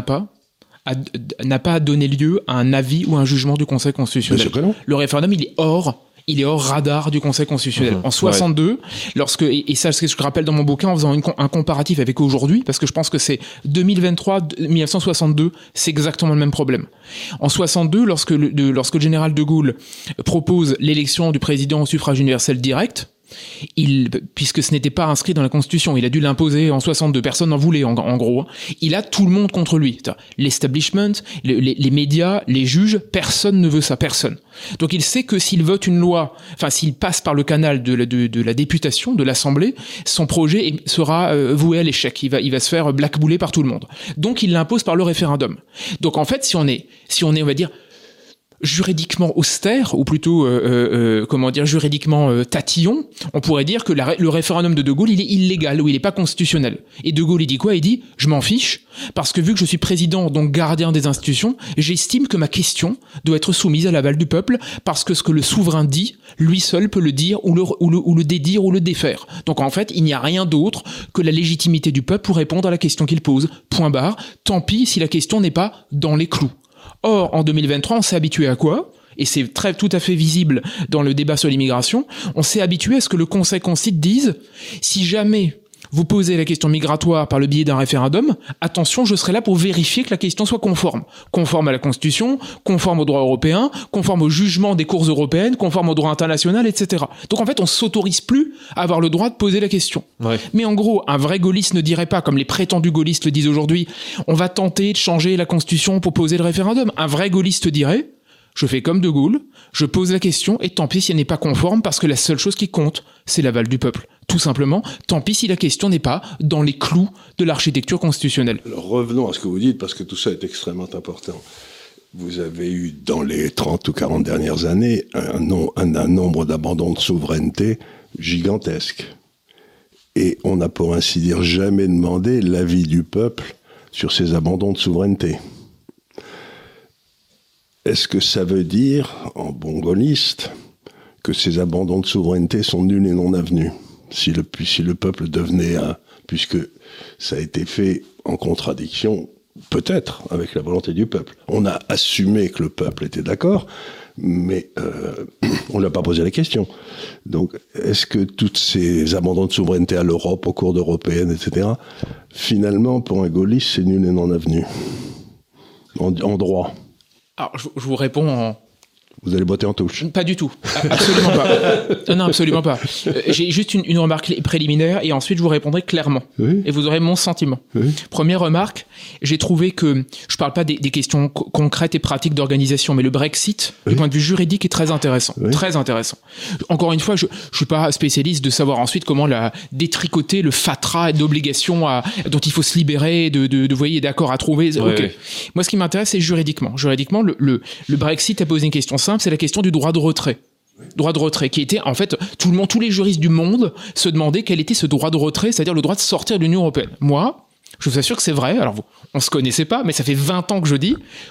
à donner lieu à un avis ou un jugement du Conseil constitutionnel. Le référendum, il est hors radar du Conseil constitutionnel. En 62, et ça, c'est ce que je rappelle dans mon bouquin en faisant un comparatif avec aujourd'hui, parce que je pense que c'est 2023, 1962, c'est exactement le même problème. En 62, lorsque le général de Gaulle propose l'élection du président au suffrage universel direct, puisque ce n'était pas inscrit dans la Constitution, il a dû l'imposer en 62, personne n'en voulait en gros. Il a tout le monde contre lui. L'establishment, les médias, les juges, personne ne veut ça, personne. Donc il sait que s'il vote une loi, enfin s'il passe par le canal de la députation, de l'Assemblée, son projet sera voué à l'échec. Il va se faire blackbouler par tout le monde. Donc il l'impose par le référendum. Donc en fait, si on est, on va dire, juridiquement austère, ou plutôt juridiquement tatillon, on pourrait dire que le référendum de Gaulle, il est illégal, ou il est pas constitutionnel. Et De Gaulle, il dit quoi? Il dit « je m'en fiche, parce que vu que je suis président, donc gardien des institutions, j'estime que ma question doit être soumise à l'aval du peuple, parce que ce que le souverain dit, lui seul peut le dire, ou le dédire, ou le défaire. Donc en fait, il n'y a rien d'autre que la légitimité du peuple pour répondre à la question qu'il pose. Point barre. Tant pis si la question n'est pas dans les clous. » Or, en 2023, on s'est habitué à quoi? Et c'est tout à fait visible dans le débat sur l'immigration. On s'est habitué à ce que le Conseil constitutionnel dise « si jamais vous posez la question migratoire par le biais d'un référendum, attention, je serai là pour vérifier que la question soit conforme. Conforme à la Constitution, conforme au droit européen, conforme au jugement des cours européennes, conforme au droit international, etc. » Donc en fait, on s'autorise plus à avoir le droit de poser la question. Ouais. Mais en gros, un vrai gaulliste ne dirait pas, comme les prétendus gaullistes le disent aujourd'hui, on va tenter de changer la Constitution pour poser le référendum. Un vrai gaulliste dirait, je fais comme De Gaulle, je pose la question et tant pis si elle n'est pas conforme parce que la seule chose qui compte, c'est l'aval du peuple. Tout simplement, tant pis si la question n'est pas dans les clous de l'architecture constitutionnelle. Alors revenons à ce que vous dites parce que tout ça est extrêmement important. Vous avez eu dans les 30 ou 40 dernières années un nombre d'abandons de souveraineté gigantesque. Et on n'a pour ainsi dire jamais demandé l'avis du peuple sur ces abandons de souveraineté. Est-ce que ça veut dire, en bon gaulliste, que ces abandons de souveraineté sont nuls et non avenus ? Si le peuple devenait puisque ça a été fait en contradiction, peut-être, avec la volonté du peuple. On a assumé que le peuple était d'accord, mais on ne lui a pas posé la question. Donc, est-ce que tous ces abandons de souveraineté à l'Europe, aux cours européennes, etc., finalement, pour un gaulliste, c'est nul et non avenu, en droit? Alors, je vous réponds en... Vous allez botter en touche? Pas du tout. Absolument pas. Non, absolument pas. J'ai juste une remarque préliminaire et ensuite je vous répondrai clairement. Oui. Et vous aurez mon sentiment. Oui. Première remarque, j'ai trouvé que, je parle pas des questions concrètes et pratiques d'organisation, mais le Brexit, oui, du point de vue juridique, est très intéressant. Oui. Très intéressant. Encore une fois, je suis pas spécialiste de savoir ensuite comment détricoter le fatras d'obligations dont il faut se libérer, de voyez, d'accords à trouver. Oui, okay. Oui. Moi, ce qui m'intéresse, c'est juridiquement. Juridiquement, le Brexit a posé une question simple, c'est la question du droit de retrait. Droit de retrait, qui était, en fait, tous les juristes du monde se demandaient quel était ce droit de retrait, c'est-à-dire le droit de sortir de l'Union européenne. Moi, je vous assure que c'est vrai, alors on se connaissait pas, mais ça fait 20 ans que je dis,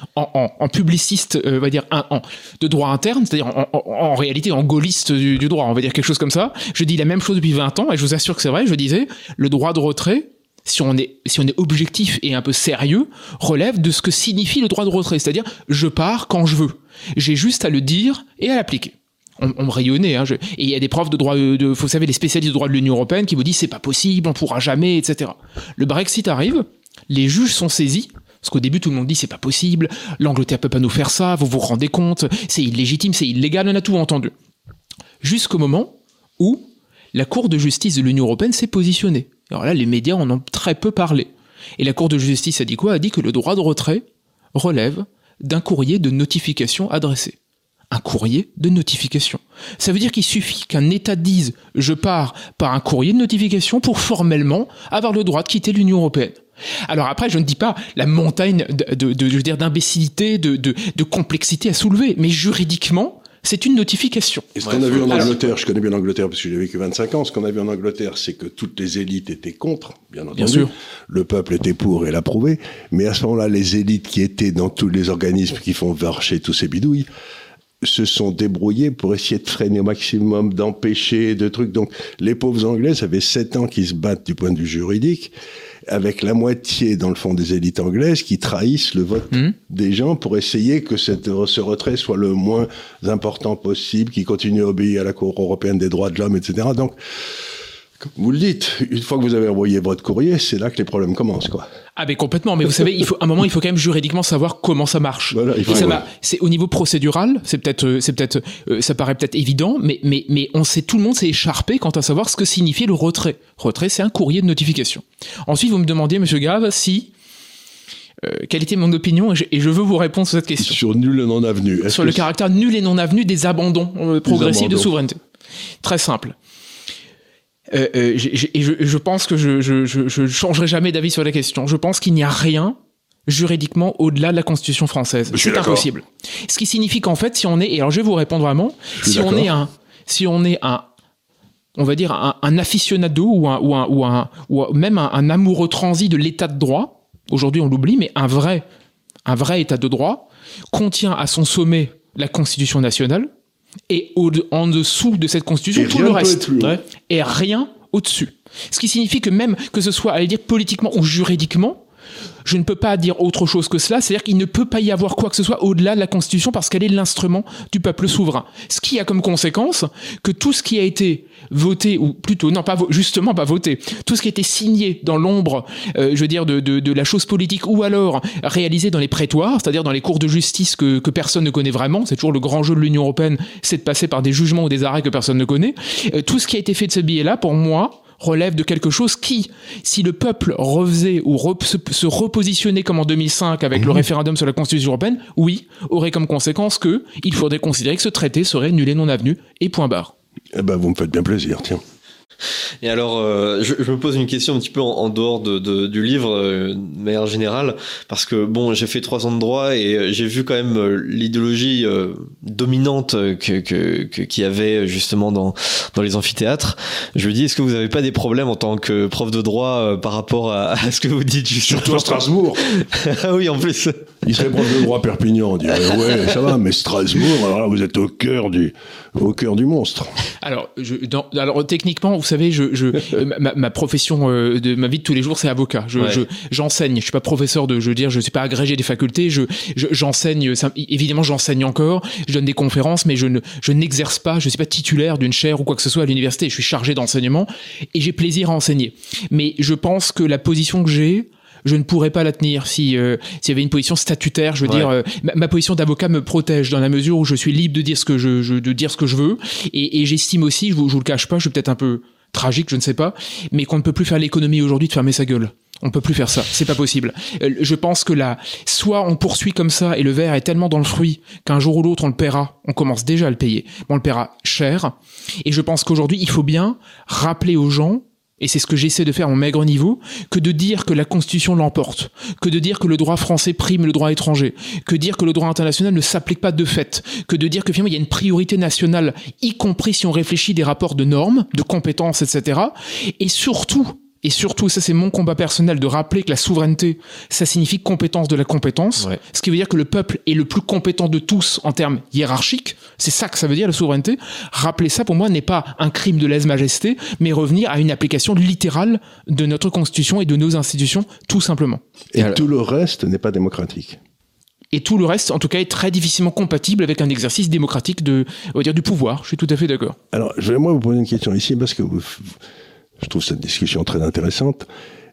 en publiciste, on va dire, de droit interne, c'est-à-dire en réalité en gaulliste du droit, on va dire quelque chose comme ça, je dis la même chose depuis 20 ans, et je vous assure que c'est vrai, je disais, le droit de retrait, si on est objectif et un peu sérieux, relève de ce que signifie le droit de retrait, c'est-à-dire je pars quand je veux. J'ai juste à le dire et à l'appliquer. On me rayonnait, et il y a des profs de droit, vous savez, les spécialistes de droit de l'Union européenne qui vous disent c'est pas possible, on pourra jamais, etc. Le Brexit arrive, les juges sont saisis, parce qu'au début tout le monde dit c'est pas possible, l'Angleterre peut pas nous faire ça, vous vous rendez compte, c'est illégitime, c'est illégal, on a tout entendu. Jusqu'au moment où la Cour de justice de l'Union européenne s'est positionnée. Alors là, les médias en ont très peu parlé. Et la Cour de justice a dit quoi? A dit que le droit de retrait relève d'un courrier de notification adressé. Un courrier de notification. Ça veut dire qu'il suffit qu'un État dise « je pars par un courrier de notification » pour formellement avoir le droit de quitter l'Union européenne. Alors après, je ne dis pas la montagne d'imbécilité, de complexité à soulever, mais juridiquement, c'est une notification. Et ce qu'on a vu en Angleterre, je connais bien l'Angleterre parce que j'ai vécu 25 ans, ce qu'on a vu en Angleterre, c'est que toutes les élites étaient contre, bien entendu. Bien sûr. Le peuple était pour et l'approuvé. Mais à ce moment-là, les élites qui étaient dans tous les organismes qui font marcher tous ces bidouilles, se sont débrouillés pour essayer de freiner au maximum, d'empêcher, de trucs. Donc, les pauvres Anglais, ça fait 7 ans qu'ils se battent du point de vue juridique, avec la moitié, dans le fond, des élites anglaises qui trahissent le vote des gens pour essayer que ce retrait soit le moins important possible, qui continue à obéir à la Cour européenne des droits de l'homme, etc. Donc, Vous le dites, une fois que vous avez envoyé votre courrier, c'est là que les problèmes commencent, quoi. Ah mais complètement, mais vous savez, à un moment il faut quand même juridiquement savoir comment ça marche. Voilà, c'est au niveau procédural, ça paraît peut-être évident, mais tout le monde s'est écharpé quant à savoir ce que signifiait le retrait. Retrait, c'est un courrier de notification. Ensuite, vous me demandiez, Monsieur Gave, quelle était mon opinion, et je veux vous répondre sur cette question. Sur nul et non avenu. Sur le caractère nul et non avenu des abandons progressifs de souveraineté. Très simple. Je pense que je changerai jamais d'avis sur la question. Je pense qu'il n'y a rien juridiquement au-delà de la Constitution française. C'est impossible. Ce qui signifie qu'en fait, et alors je vais vous répondre vraiment, si on est on va dire un aficionado ou même un amoureux transi de l'état de droit, aujourd'hui on l'oublie, mais un vrai état de droit contient à son sommet la Constitution nationale, et en dessous de cette Constitution, tout le reste. Et rien au-dessus. Ce qui signifie que même que ce soit, dire, politiquement ou juridiquement, je ne peux pas dire autre chose que cela, c'est-à-dire qu'il ne peut pas y avoir quoi que ce soit au-delà de la Constitution parce qu'elle est l'instrument du peuple souverain. Ce qui a comme conséquence que tout ce qui a été voté, ou plutôt, non, justement pas voté, tout ce qui a été signé dans l'ombre, de la chose politique, ou alors réalisé dans les prétoires, c'est-à-dire dans les cours de justice que personne ne connaît vraiment, c'est toujours le grand jeu de l'Union européenne, c'est de passer par des jugements ou des arrêts que personne ne connaît. Tout ce qui a été fait de ce biais-là, pour moi, relève de quelque chose qui, si le peuple refaisait ou se repositionnait comme en 2005 avec le référendum sur la Constitution européenne, oui, aurait comme conséquence que il faudrait considérer que ce traité serait nul et non avenu, et point barre. Eh ben, vous me faites bien plaisir, tiens. Et alors, je me pose une question un petit peu en dehors du livre, de manière générale, parce que bon, j'ai fait 3 ans de droit et j'ai vu quand même l'idéologie dominante qu'il y avait justement dans les amphithéâtres. Je me dis, est-ce que vous n'avez pas des problèmes en tant que prof de droit par rapport à ce que vous dites justement? Surtout à Strasbourg. Ah oui, en plus. Il serait prof de droit à Perpignan, on dirait, ouais, ça va, mais Strasbourg, alors là, vous êtes au cœur du monstre. Alors, techniquement, vous savez, ma profession de ma vie de tous les jours, c'est avocat. J'enseigne. Je suis pas professeur je suis pas agrégé des facultés. J'enseigne. Évidemment, j'enseigne encore. Je donne des conférences, mais je n'exerce pas. Je suis pas titulaire d'une chaire ou quoi que ce soit à l'université. Je suis chargé d'enseignement et j'ai plaisir à enseigner. Mais je pense que la position que j'ai, je ne pourrais pas la tenir s'il y avait une position statutaire. Je veux dire, ma position d'avocat me protège dans la mesure où je suis libre de dire ce que je veux. Et j'estime aussi, je vous le cache pas, je suis peut-être un peu tragique, je ne sais pas, mais qu'on ne peut plus faire l'économie aujourd'hui de fermer sa gueule. On peut plus faire ça, c'est pas possible. Je pense que soit on poursuit comme ça et le verre est tellement dans le fruit qu'un jour ou l'autre on le paiera, on commence déjà à le payer, mais on le paiera cher. Et je pense qu'aujourd'hui il faut bien rappeler aux gens, et c'est ce que j'essaie de faire à mon maigre niveau, que de dire que la Constitution l'emporte, que de dire que le droit français prime le droit étranger, que dire que le droit international ne s'applique pas de fait, que de dire que finalement il y a une priorité nationale, y compris si on réfléchit des rapports de normes, de compétences, etc. Et surtout, ça c'est mon combat personnel, de rappeler que la souveraineté, ça signifie compétence de la compétence, ce qui veut dire que le peuple est le plus compétent de tous en termes hiérarchiques, c'est ça que ça veut dire la souveraineté. Rappeler ça pour moi n'est pas un crime de lèse-majesté, mais revenir à une application littérale de notre Constitution et de nos institutions, tout simplement. Et tout le reste n'est pas démocratique. Et tout le reste, en tout cas, est très difficilement compatible avec un exercice démocratique du pouvoir. Je suis tout à fait d'accord. Alors, je vais moi vous poser une question ici, parce que je trouve cette discussion très intéressante.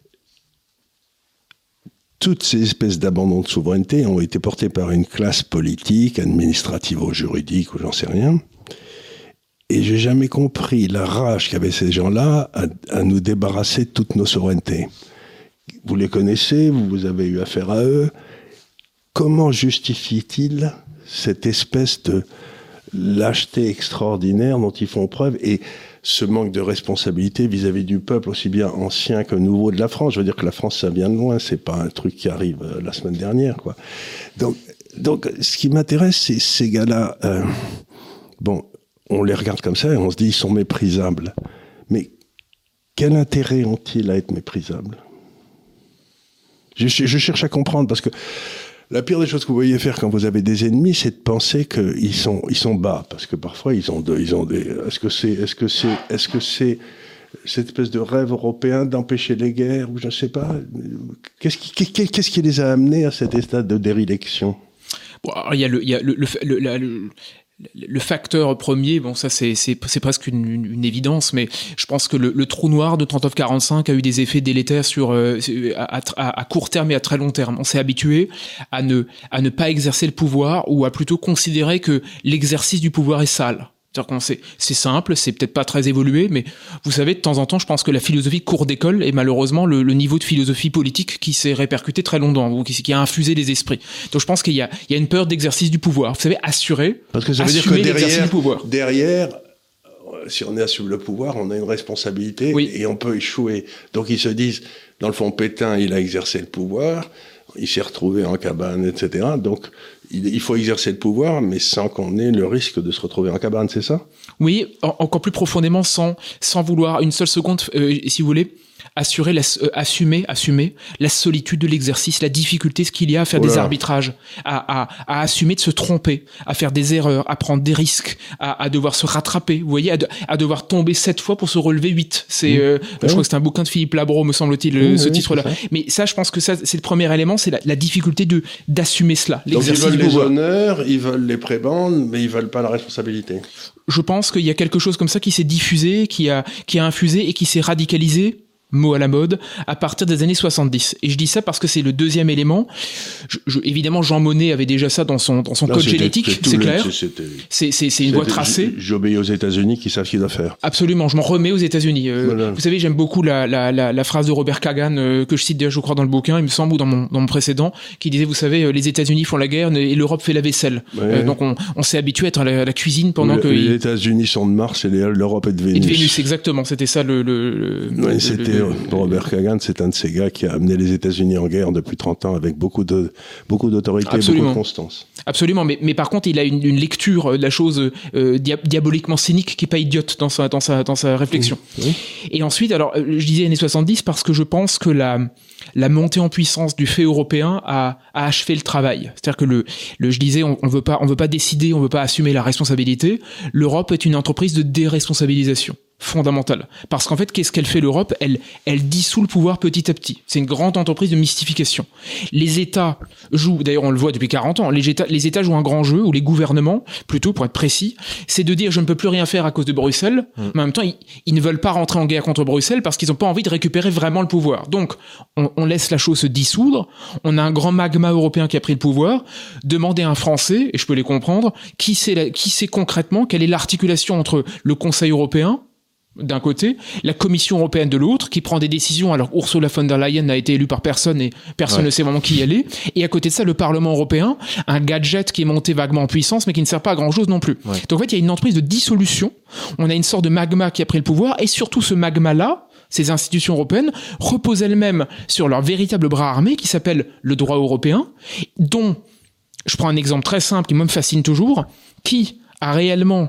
Toutes ces espèces d'abandon de souveraineté ont été portées par une classe politique, administrative ou juridique, ou j'en sais rien. Et j'ai jamais compris la rage qu'avaient ces gens-là à nous débarrasser de toutes nos souverainetés. Vous les connaissez, vous avez eu affaire à eux. Comment justifient-ils cette espèce de lâcheté extraordinaire dont ils font preuve et ce manque de responsabilité vis-à-vis du peuple, aussi bien ancien que nouveau de la France? Je veux dire que la France, ça vient de loin, c'est pas un truc qui arrive la semaine dernière, quoi. Donc, ce qui m'intéresse, c'est ces gars-là. On les regarde comme ça et on se dit, ils sont méprisables. Mais quel intérêt ont-ils à être méprisables? Je cherche à comprendre, parce que la pire des choses que vous voyez faire quand vous avez des ennemis, c'est de penser qu'ils sont bas, parce que parfois ils ont des. Est-ce que c'est cette espèce de rêve européen d'empêcher les guerres, ou je ne sais pas. Qu'est-ce qui les a amenés à cet état de déréliction? Bon, il y a le facteur premier, bon ça c'est presque une évidence, mais je pense que le trou noir de 39-45 a eu des effets délétères à court terme et à très long terme. On s'est habitué à ne pas exercer le pouvoir, ou à plutôt considérer que l'exercice du pouvoir est sale. C'est simple, c'est peut-être pas très évolué, mais vous savez, de temps en temps, je pense que la philosophie court d'école est malheureusement le niveau de philosophie politique qui s'est répercuté très longtemps, ou qui a infusé les esprits. Donc je pense qu'il y a une peur d'exercice du pouvoir. Vous savez, assurer, parce que ça veut dire que derrière, si on assume le pouvoir, on a une responsabilité, oui, et on peut échouer. Donc ils se disent, dans le fond, Pétain, il a exercé le pouvoir, il s'est retrouvé en cabane, etc. Donc il faut exercer le pouvoir, mais sans qu'on ait le risque de se retrouver en cabane, c'est ça ? Oui, encore plus profondément, sans vouloir une seule seconde, si vous voulez, assumer la solitude de l'exercice, la difficulté, ce qu'il y a à faire des arbitrages, à assumer de se tromper, à faire des erreurs, à prendre des risques, à devoir se rattraper, vous voyez, à devoir tomber 7 fois pour se relever 8. Je crois que c'est un bouquin de Philippe Labro, me semble-t-il, ce titre-là. Mais ça, je pense que ça, c'est le premier élément, c'est la difficulté d'assumer cela, l'exercice. Donc ils veulent les honneurs, ils veulent les prébendes, mais ils veulent pas la responsabilité. Je pense qu'il y a quelque chose comme ça qui s'est diffusé, qui a infusé et qui s'est radicalisé, mot à la mode, à partir des années 70. Et je dis ça parce que c'est le deuxième élément. Évidemment, Jean Monnet avait déjà ça dans son code génétique, c'est clair. C'est une voie tracée. J'obéis aux États-Unis qui savent ce qu'ils doivent faire. Absolument, je m'en remets aux États-Unis. Voilà. Vous savez, j'aime beaucoup la phrase de Robert Kagan, que je cite d'ailleurs, je crois, dans le bouquin, il me semble, ou dans mon précédent, qui disait, vous savez, les États-Unis font la guerre et l'Europe fait la vaisselle. Ouais. Donc on s'est habitué à être à la cuisine pendant que... Les États-Unis sont de Mars et l'Europe est de Vénus. Et de Vénus, exactement. C'était ça Robert Kagan, c'est un de ces gars qui a amené les États-Unis en guerre depuis 30 ans avec beaucoup d'autorité, beaucoup de constance. Absolument, mais par contre, il a une lecture de la chose diaboliquement cynique qui n'est pas idiote dans sa réflexion. Oui. Et ensuite, alors, je disais années 70 parce que je pense que la montée en puissance du fait européen a achevé le travail. C'est-à-dire que je disais, on veut pas décider, on veut pas assumer la responsabilité. L'Europe est une entreprise de déresponsabilisation fondamentale. Parce qu'en fait, qu'est-ce qu'elle fait l'Europe ? Elle dissout le pouvoir petit à petit. C'est une grande entreprise de mystification. Les États jouent, d'ailleurs on le voit depuis 40 ans, les États jouent un grand jeu, ou les gouvernements, plutôt pour être précis, c'est de dire je ne peux plus rien faire à cause de Bruxelles, mais en même temps ils ne veulent pas rentrer en guerre contre Bruxelles parce qu'ils n'ont pas envie de récupérer vraiment le pouvoir. Donc on laisse la chose se dissoudre, on a un grand magma européen qui a pris le pouvoir, demandez à un Français, et je peux les comprendre, qui sait concrètement quelle est l'articulation entre le Conseil européen d'un côté, la Commission européenne de l'autre, qui prend des décisions alors Ursula von der Leyen n'a été élue par personne et personne ne sait vraiment qui elle est, et à côté de ça le Parlement européen, un gadget qui est monté vaguement en puissance mais qui ne sert pas à grand chose non plus. Donc en fait il y a une entreprise de dissolution, on a une sorte de magma qui a pris le pouvoir, et surtout ce magma là, ces institutions européennes reposent elles-mêmes sur leur véritable bras armé qui s'appelle le droit européen, dont je prends un exemple très simple qui me fascine toujours, qui a réellement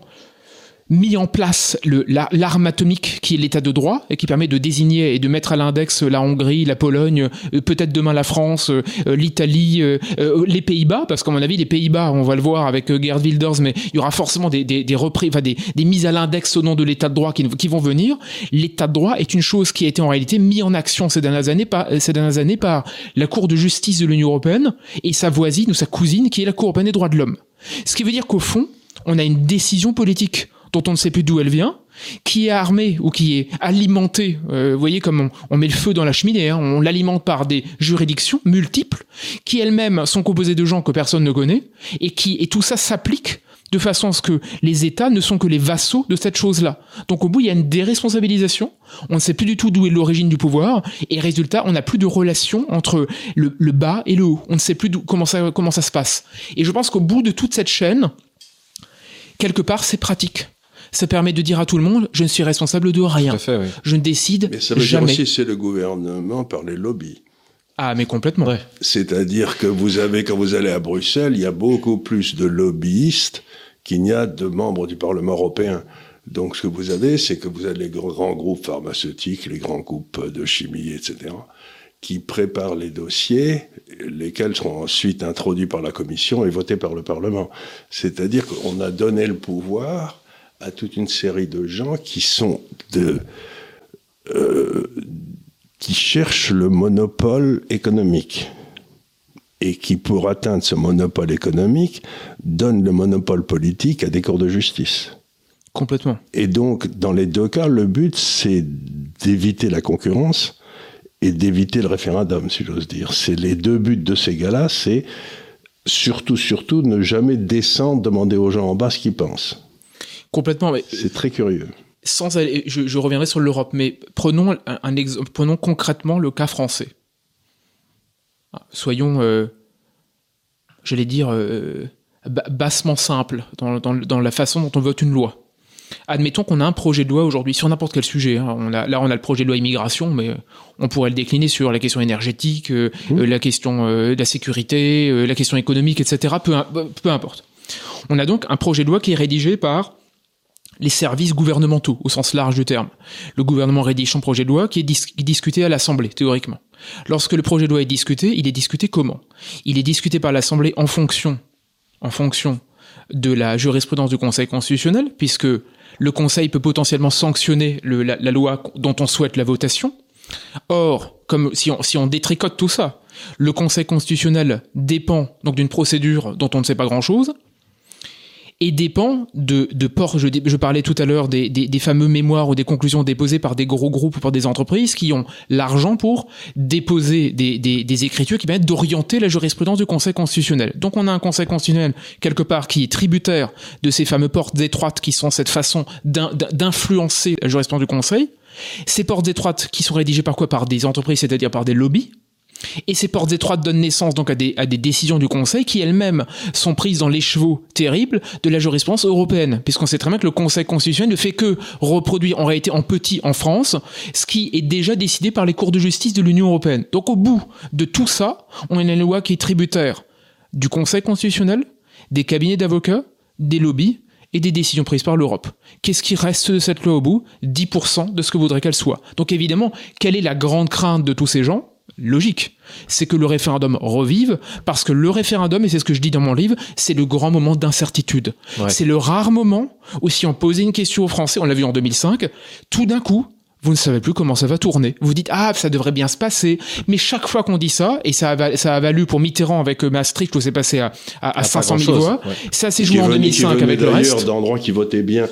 mis en place l'arme atomique qui est l'état de droit et qui permet de désigner et de mettre à l'index la Hongrie, la Pologne, peut-être demain la France, l'Italie, les Pays-Bas, parce qu'à mon avis les Pays-Bas, on va le voir avec Geert Wilders, mais il y aura forcément des mises à l'index au nom de l'état de droit qui vont venir. L'état de droit est une chose qui a été en réalité mise en action ces dernières années par la Cour de justice de l'Union européenne et sa voisine ou sa cousine qui est la Cour européenne des droits de l'homme. Ce qui veut dire qu'au fond, on a une décision politique dont on ne sait plus d'où elle vient, qui est armée ou qui est alimentée, vous voyez comme on met le feu dans la cheminée, on l'alimente par des juridictions multiples, qui elles-mêmes sont composées de gens que personne ne connaît, et tout ça s'applique de façon à ce que les États ne sont que les vassaux de cette chose-là. Donc au bout, il y a une déresponsabilisation, on ne sait plus du tout d'où est l'origine du pouvoir, et résultat, on n'a plus de relation entre le bas et le haut, on ne sait plus comment ça se passe. Et je pense qu'au bout de toute cette chaîne, quelque part, c'est pratique. Ça permet de dire à tout le monde, je ne suis responsable de rien. Tout à fait, oui. Je ne décide jamais. Mais ça veut dire aussi, c'est le gouvernement par les lobbies. Ah, mais complètement. Ouais. C'est-à-dire que quand vous allez à Bruxelles, il y a beaucoup plus de lobbyistes qu'il n'y a de membres du Parlement européen. Donc, ce que vous avez, c'est que vous avez les grands groupes pharmaceutiques, les grands groupes de chimie, etc., qui préparent les dossiers, lesquels seront ensuite introduits par la Commission et votés par le Parlement. C'est-à-dire qu'on a donné le pouvoir à toute une série de gens qui sont qui cherchent le monopole économique. et qui, pour atteindre ce monopole économique, donne le monopole politique à des cours de justice. Complètement. Et donc, dans les deux cas, le but, c'est d'éviter la concurrence et d'éviter le référendum, si j'ose dire. C'est les deux buts de ces gars-là, c'est surtout ne jamais descendre, demander aux gens en bas ce qu'ils pensent. Complètement. Mais c'est très curieux. Sans aller, je reviendrai sur l'Europe, mais prenons un exemple, prenons concrètement le cas français. Soyons, j'allais dire, bassement simples dans la façon dont on vote une loi. Admettons qu'on a un projet de loi aujourd'hui sur n'importe quel sujet. Hein. On a le projet de loi immigration, mais on pourrait le décliner sur la question énergétique, la question de la sécurité, la question économique, etc. Peu importe. On a donc un projet de loi qui est rédigé par les services gouvernementaux, au sens large du terme. Le gouvernement rédige son projet de loi qui est discuté à l'Assemblée, théoriquement. Lorsque le projet de loi est discuté, il est discuté comment ? Il est discuté par l'Assemblée en fonction de la jurisprudence du Conseil constitutionnel, puisque le Conseil peut potentiellement sanctionner la loi dont on souhaite la votation. Or, comme si on détricote tout ça, le Conseil constitutionnel dépend donc d'une procédure dont on ne sait pas grand-chose, et dépend de port. Je parlais tout à l'heure des fameux mémoires ou des conclusions déposées par des gros groupes ou par des entreprises qui ont l'argent pour déposer des écritures qui permettent d'orienter la jurisprudence du Conseil constitutionnel. Donc on a un Conseil constitutionnel quelque part qui est tributaire de ces fameuses portes étroites qui sont cette façon d'influencer la jurisprudence du Conseil. Ces portes étroites qui sont rédigées par quoi ? Par des entreprises, c'est-à-dire par des lobbies. Et ces portes étroites donnent naissance donc à des décisions du Conseil qui elles-mêmes sont prises dans l'écheveau terrible de la jurisprudence européenne, puisqu'on sait très bien que le Conseil constitutionnel ne fait que reproduire en réalité en petit en France ce qui est déjà décidé par les cours de justice de l'Union européenne. Donc au bout de tout ça, on a une loi qui est tributaire du Conseil constitutionnel, des cabinets d'avocats, des lobbies et des décisions prises par l'Europe. Qu'est-ce qui reste de cette loi au bout ? 10% de ce que voudrait qu'elle soit. Donc évidemment, quelle est la grande crainte de tous ces gens ? Logique, c'est que le référendum revive, parce que le référendum, et c'est ce que je dis dans mon livre, c'est le grand moment d'incertitude. Ouais. C'est le rare moment où si on posait une question aux Français, on l'a vu en 2005, tout d'un coup, vous ne savez plus comment ça va tourner. Vous dites, ça devrait bien se passer. Mais chaque fois qu'on dit ça, et ça a valu pour Mitterrand avec Maastricht, où c'est passé à 500 000 voix, ouais. Ça s'est joué en 2005 avec le reste. D'ailleurs, d'endroits qui votaient bien,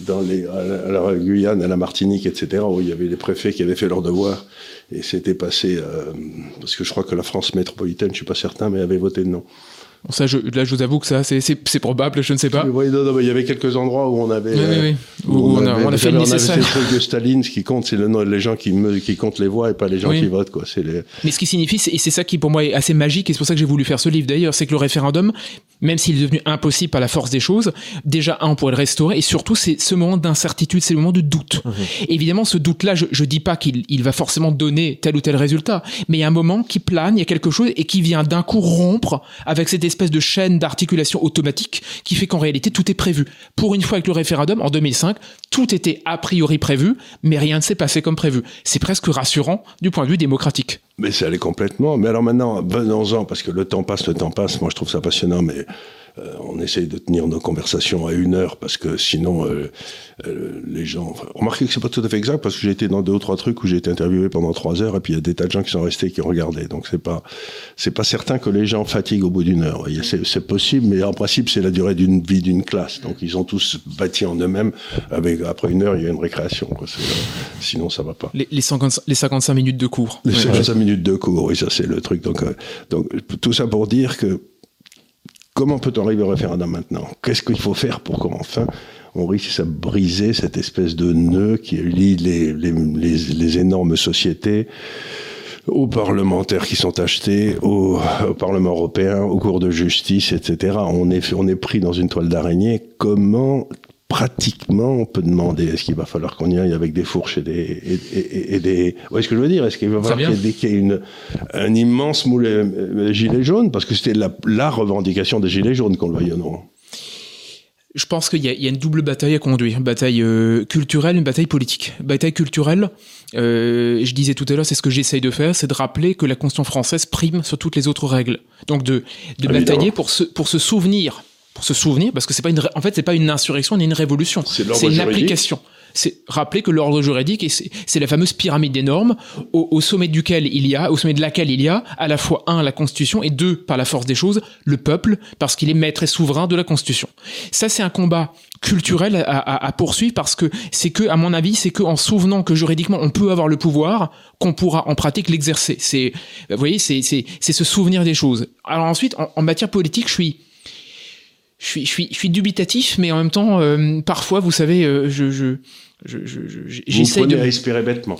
à la Guyane, à la Martinique, etc., où il y avait les préfets qui avaient fait leur devoir. Et c'était passé, parce que je crois que la France métropolitaine, je suis pas certain, mais avait voté non. Bon, ça, je vous avoue que ça, c'est probable, je ne sais pas. Oui, non, mais il y avait quelques endroits où on avait... Oui. Où on a fait le nécessaire. On avait ce truc de Staline, ce qui compte, c'est les gens qui comptent les voix et pas les gens qui votent, quoi. Mais ce qui signifie, et c'est ça qui pour moi est assez magique, et c'est pour ça que j'ai voulu faire ce livre d'ailleurs, c'est que le référendum, même s'il est devenu impossible par la force des choses, déjà, on pourrait le restaurer, et surtout, c'est ce moment d'incertitude, c'est le moment de doute. Évidemment, ce doute-là, je dis pas qu'il va forcément donner tel ou tel résultat, mais il y a un moment qui plane, il y a quelque chose, et qui vient d'un coup rompre avec cette espèce de chaîne d'articulation automatique qui fait qu'en réalité tout est prévu. Pour une fois avec le référendum en 2005, tout était a priori prévu, mais rien ne s'est passé comme prévu. C'est presque rassurant du point de vue démocratique. Mais ça allait complètement. Mais alors maintenant, venons-en, parce que le temps passe. Moi je trouve ça passionnant, mais on essaye de tenir nos conversations à 1 heure, parce que sinon les gens... Remarquez que c'est pas tout à fait exact, parce que j'ai été dans 2 ou 3 trucs où j'ai été interviewé pendant 3 heures, et puis il y a des tas de gens qui sont restés et qui ont regardé. Donc c'est pas certain que les gens fatiguent au bout d'1 heure. C'est possible, mais en principe c'est la durée d'une vie d'une classe. Donc ils ont tous bâti en eux-mêmes. Après 1 heure, il y a une récréation, quoi. Sinon ça va pas. Les 55 minutes de cours. Les 55 minutes de cours, oui, ça c'est le truc. Donc tout ça pour dire que comment peut-on arriver au référendum maintenant ? Qu'est-ce qu'il faut faire pour qu'enfin on réussisse à briser cette espèce de nœud qui lie les énormes sociétés aux parlementaires qui sont achetés, au Parlement européen, aux cours de justice, etc. On est pris dans une toile d'araignée. Comment pratiquement on peut demander, est-ce qu'il va falloir qu'on y aille avec des fourches et des... Vous voyez ce que je veux dire ? Est-ce qu'il va falloir qu'il y ait un immense moule gilets jaunes ? Parce que c'était la revendication des gilets jaunes, qu'on le veuille ou non. Je pense qu'il y a une double bataille à conduire, une bataille culturelle, une bataille politique. Bataille culturelle, je disais tout à l'heure, c'est ce que j'essaye de faire, c'est de rappeler que la Constitution française prime sur toutes les autres règles. Donc de batailler pour se souvenir, parce que c'est pas c'est pas une insurrection ni une révolution, c'est une application. c'est rappeler que l'ordre juridique, c'est la fameuse pyramide des normes, au sommet de laquelle il y a, à la fois, 1, la Constitution, et 2, par la force des choses, le peuple, parce qu'il est maître et souverain de la Constitution. Ça, c'est un combat culturel à poursuivre, parce que à mon avis, c'est qu'en souvenant que juridiquement, on peut avoir le pouvoir, qu'on pourra en pratique l'exercer. Vous voyez, c'est se souvenir des choses. Alors ensuite, en matière politique, je suis dubitatif, mais en même temps, parfois, vous savez, j'essaie de. Vous espérer bêtement.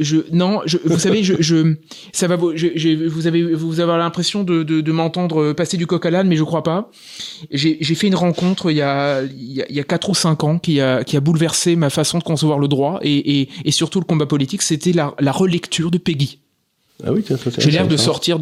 Vous savez, ça va. Vous avez l'impression de m'entendre passer du coq à l'âne, mais je crois pas. J'ai fait une rencontre il y a 4 ou 5 ans qui a bouleversé ma façon de concevoir le droit et surtout le combat politique. C'était la relecture de Péguy. Ah oui, j'ai l'air de sortir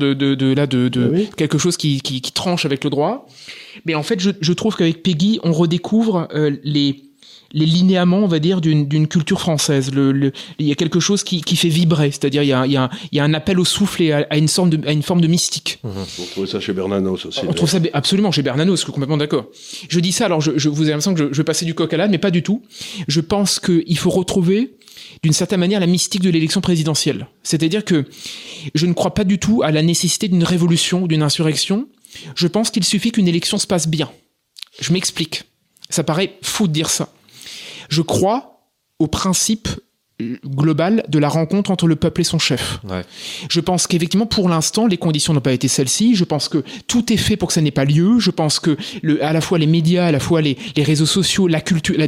de quelque chose qui tranche avec le droit. Mais en fait, je trouve qu'avec Péguy, on redécouvre les linéaments, on va dire, d'une culture française. Il y a quelque chose qui fait vibrer, c'est-à-dire il y a un appel au souffle et à une forme de mystique. On trouve ça chez Bernanos aussi. On trouve ça absolument chez Bernanos, je suis complètement d'accord. Je dis ça, alors vous avez l'impression que je vais passer du coq à l'âne, mais pas du tout. Je pense qu'il faut retrouver d'une certaine manière la mystique de l'élection présidentielle. C'est-à-dire que je ne crois pas du tout à la nécessité d'une révolution ou d'une insurrection. Je pense qu'il suffit qu'une élection se passe bien. Je m'explique. Ça paraît fou de dire ça. Je crois au principe global de la rencontre entre le peuple et son chef. Ouais. Je pense qu'effectivement, pour l'instant, les conditions n'ont pas été celles-ci. Je pense que tout est fait pour que ça n'ait pas lieu. Je pense que à la fois les médias, à la fois les réseaux sociaux, la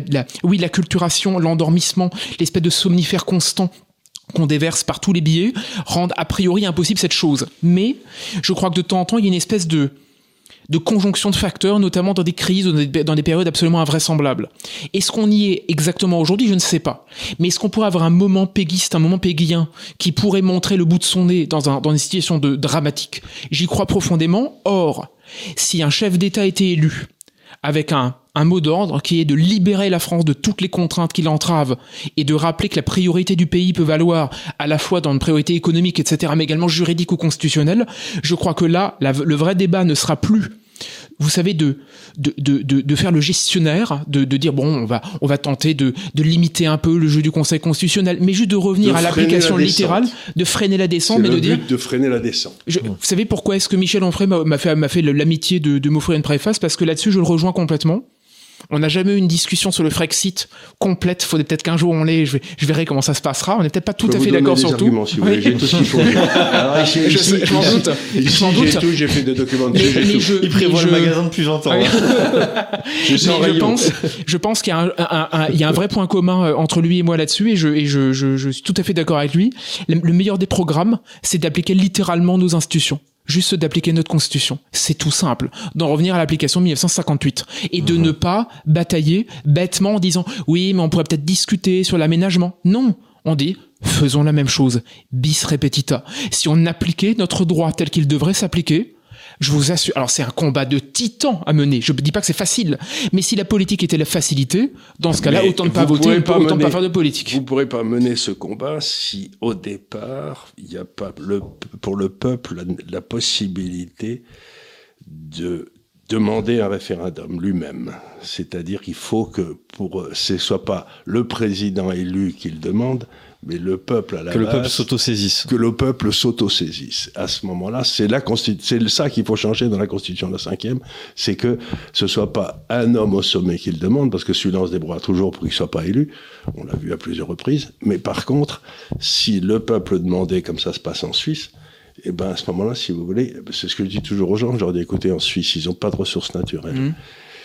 culturation, l'endormissement, l'espèce de somnifère constant qu'on déverse par tous les biais, rendent a priori impossible cette chose. Mais je crois que de temps en temps, il y a une espèce de conjonction de facteurs, notamment dans des crises, dans des périodes absolument invraisemblables. Est-ce qu'on y est exactement aujourd'hui ? Je ne sais pas. Mais est-ce qu'on pourrait avoir un moment péguiste, un moment péguien, qui pourrait montrer le bout de son nez dans une situation dramatique ? J'y crois profondément. Or, si un chef d'État était élu avec un mot d'ordre qui est de libérer la France de toutes les contraintes qui l'entravent et de rappeler que la priorité du pays peut valoir à la fois dans une priorité économique, etc., mais également juridique ou constitutionnelle, je crois que là, le vrai débat ne sera plus, vous savez, de faire le gestionnaire, de dire bon, on va tenter de limiter un peu le jeu du Conseil constitutionnel, mais juste de revenir à l'application littérale, de freiner la descente, mais de dire. C'est le but de freiner la descente. Vous savez pourquoi est-ce que Michel Onfray m'a fait l'amitié de m'offrir une préface ? Parce que là-dessus, je le rejoins complètement. On n'a jamais eu une discussion sur le Frexit complète. Faudrait peut-être qu'un jour on l'ait. Je verrai comment ça se passera. On n'est peut-être pas tout à fait d'accord sur tout. Si vous voulez, j'ai tout ce qu'il faut. Alors ici, je m'en doute. J'ai fait des documents. Il prévoit le magasin depuis 20 ans. Je pense qu'il y a un vrai point commun entre lui et moi là-dessus, et je suis tout à fait d'accord avec lui. Le meilleur des programmes, c'est d'appliquer littéralement nos institutions. Juste d'appliquer notre constitution. C'est tout simple. D'en revenir à l'application 1958. Et de ne pas batailler bêtement en disant « Oui, mais on pourrait peut-être discuter sur l'aménagement. » Non. On dit « Faisons la même chose. Bis repetita. » Si on appliquait notre droit tel qu'il devrait s'appliquer, je vous assure, alors c'est un combat de titan à mener. Je ne dis pas que c'est facile, mais si la politique était la facilité, dans ce cas-là, autant ne pas voter, autant ne pas faire de politique. Vous ne pourrez pas mener ce combat si, au départ, il n'y a pas pour le peuple la possibilité de demander un référendum lui-même. C'est-à-dire qu'il faut que ce ne soit pas le président élu qui le demande, mais le peuple à la base... Que le peuple s'autosaisisse. Que le peuple s'autosaisisse. À ce moment-là, c'est ça qu'il faut changer dans la Constitution de la 5e, c'est que ce soit pas un homme au sommet qui le demande, parce que celui-là, on se débrouillera toujours pour qu'il soit pas élu. On l'a vu à plusieurs reprises. Mais par contre, si le peuple demandait, comme ça se passe en Suisse, et ben à ce moment-là, si vous voulez, c'est ce que je dis toujours aux gens, je leur dis, écoutez, en Suisse, ils n'ont pas de ressources naturelles.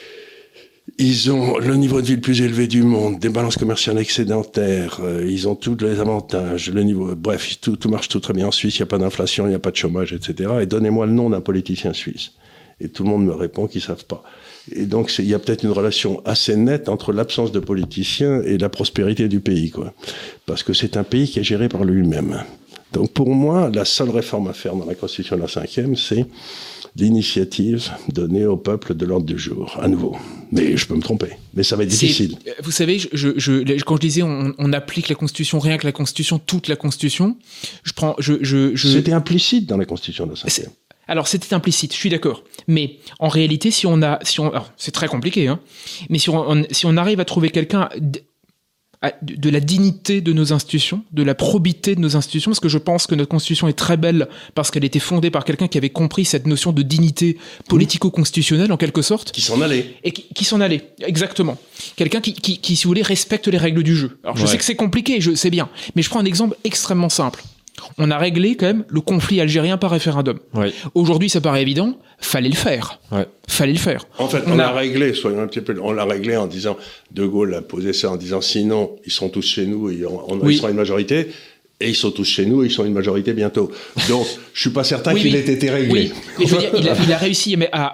Ils ont le niveau de vie le plus élevé du monde, des balances commerciales excédentaires, ils ont tous les avantages, bref, tout marche tout très bien en Suisse, il n'y a pas d'inflation, il n'y a pas de chômage, etc. Et donnez-moi le nom d'un politicien suisse. Et tout le monde me répond qu'ils ne savent pas. Et donc, il y a peut-être une relation assez nette entre l'absence de politiciens et la prospérité du pays, quoi. Parce que c'est un pays qui est géré par lui-même. Donc, pour moi, la seule réforme à faire dans la Constitution de la 5e, c'est l'initiative donnée au peuple de l'ordre du jour, à nouveau. Mais je peux me tromper. Mais ça va être difficile. Vous savez, quand je disais on applique la Constitution, rien que la Constitution, toute la Constitution, C'était implicite dans la Constitution de la 5e. Alors, c'était implicite, je suis d'accord. Mais en réalité, alors, c'est très compliqué, hein. Mais si on arrive à trouver quelqu'un de la dignité de nos institutions, de la probité de nos institutions, parce que je pense que notre constitution est très belle parce qu'elle était fondée par quelqu'un qui avait compris cette notion de dignité politico-constitutionnelle, en quelque sorte. Qui s'en allait. Et qui s'en allait, exactement. Quelqu'un qui, si vous voulez, respecte les règles du jeu. Alors, je sais que c'est compliqué, je sais bien, mais je prends un exemple extrêmement simple. On a réglé quand même le conflit algérien par référendum. Ouais. Aujourd'hui, ça paraît évident, fallait le faire. Ouais. Fallait le faire. En fait, on l'a réglé, soyons un petit peu, on l'a réglé en disant, De Gaulle a posé ça en disant, sinon, ils sont tous chez nous et ils seront une majorité. Et ils sont tous chez nous, et ils sont une majorité bientôt. Donc, je suis pas certain qu'il ait été réglé. Oui, mais je veux dire, il a réussi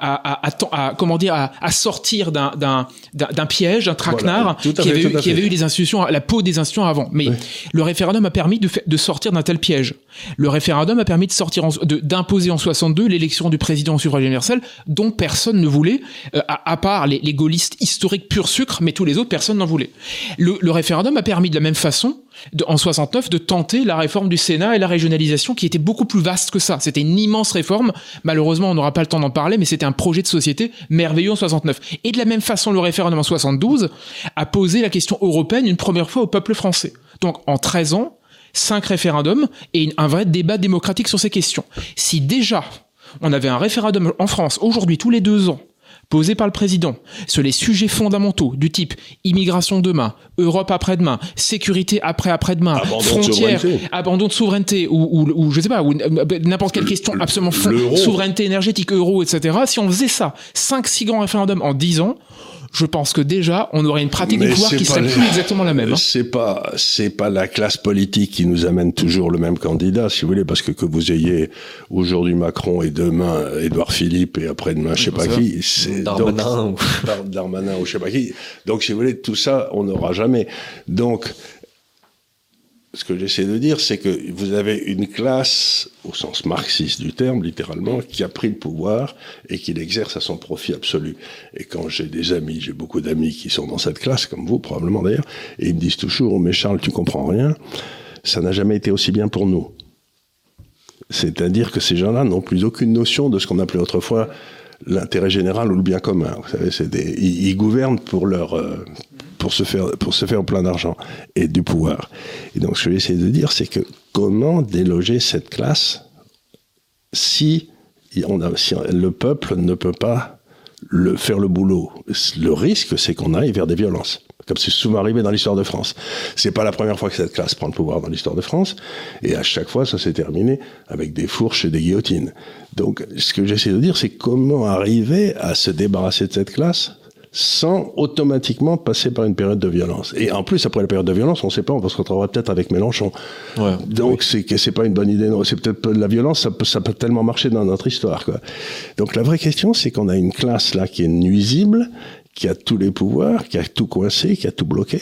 à sortir d'un piège, d'un traquenard, voilà, qui avait eu les institutions, la peau des institutions avant. Mais le référendum a permis de sortir d'un tel piège. Le référendum a permis d'imposer en 62 l'élection du président au suffrage universel, dont personne ne voulait, à part les gaullistes historiques pur sucre, mais tous les autres, personne n'en voulait. Le référendum a permis de la même façon, en 69, de tenter la réforme du Sénat et la régionalisation qui était beaucoup plus vaste que ça. C'était une immense réforme. Malheureusement, on n'aura pas le temps d'en parler, mais c'était un projet de société merveilleux en 69. Et de la même façon, le référendum en 72 a posé la question européenne une première fois au peuple français. Donc, en 13 ans, 5 référendums et un vrai débat démocratique sur ces questions. Si déjà, on avait un référendum en France, aujourd'hui, tous les 2 ans, posé par le président sur les sujets fondamentaux du type immigration demain, Europe après-demain, sécurité après-demain, frontières, abandon de souveraineté ou je sais pas, ou n'importe quelle question absolument souveraineté énergétique, euro, etc. Si on faisait ça, 5-6 grands référendums en 10 ans, je pense que déjà, on aurait une pratique du pouvoir qui serait plus exactement la même. C'est pas la classe politique qui nous amène toujours le même candidat, si vous voulez, parce que vous ayez aujourd'hui Macron et demain Édouard Philippe et après-demain je sais pas qui, c'est Darmanin ou je sais pas qui. Donc si vous voulez, tout ça, on n'aura jamais. Donc, ce que j'essaie de dire, c'est que vous avez une classe, au sens marxiste du terme, littéralement, qui a pris le pouvoir et qui l'exerce à son profit absolu. Et quand j'ai beaucoup d'amis qui sont dans cette classe, comme vous probablement d'ailleurs, et ils me disent toujours, mais Charles, tu comprends rien, ça n'a jamais été aussi bien pour nous. C'est-à-dire que ces gens-là n'ont plus aucune notion de ce qu'on appelait autrefois l'intérêt général ou le bien commun. Vous savez, ils gouvernent pour se faire plein d'argent et du pouvoir. Et donc, ce que j'essaie de dire, c'est que comment déloger cette classe si le peuple ne peut pas faire le boulot. Le risque, c'est qu'on aille vers des violences, comme c'est souvent arrivé dans l'histoire de France. C'est pas la première fois que cette classe prend le pouvoir dans l'histoire de France, et à chaque fois, ça s'est terminé avec des fourches et des guillotines. Donc, ce que j'essaie de dire, c'est comment arriver à se débarrasser de cette classe sans automatiquement passer par une période de violence. Et en plus, après la période de violence, on ne sait pas, on va se retrouver peut-être avec Mélenchon. Ouais, donc, c'est pas une bonne idée. Non, c'est peut-être la violence, ça peut tellement marcher dans notre histoire, quoi. Donc, la vraie question, c'est qu'on a une classe là qui est nuisible, qui a tous les pouvoirs, qui a tout coincé, qui a tout bloqué.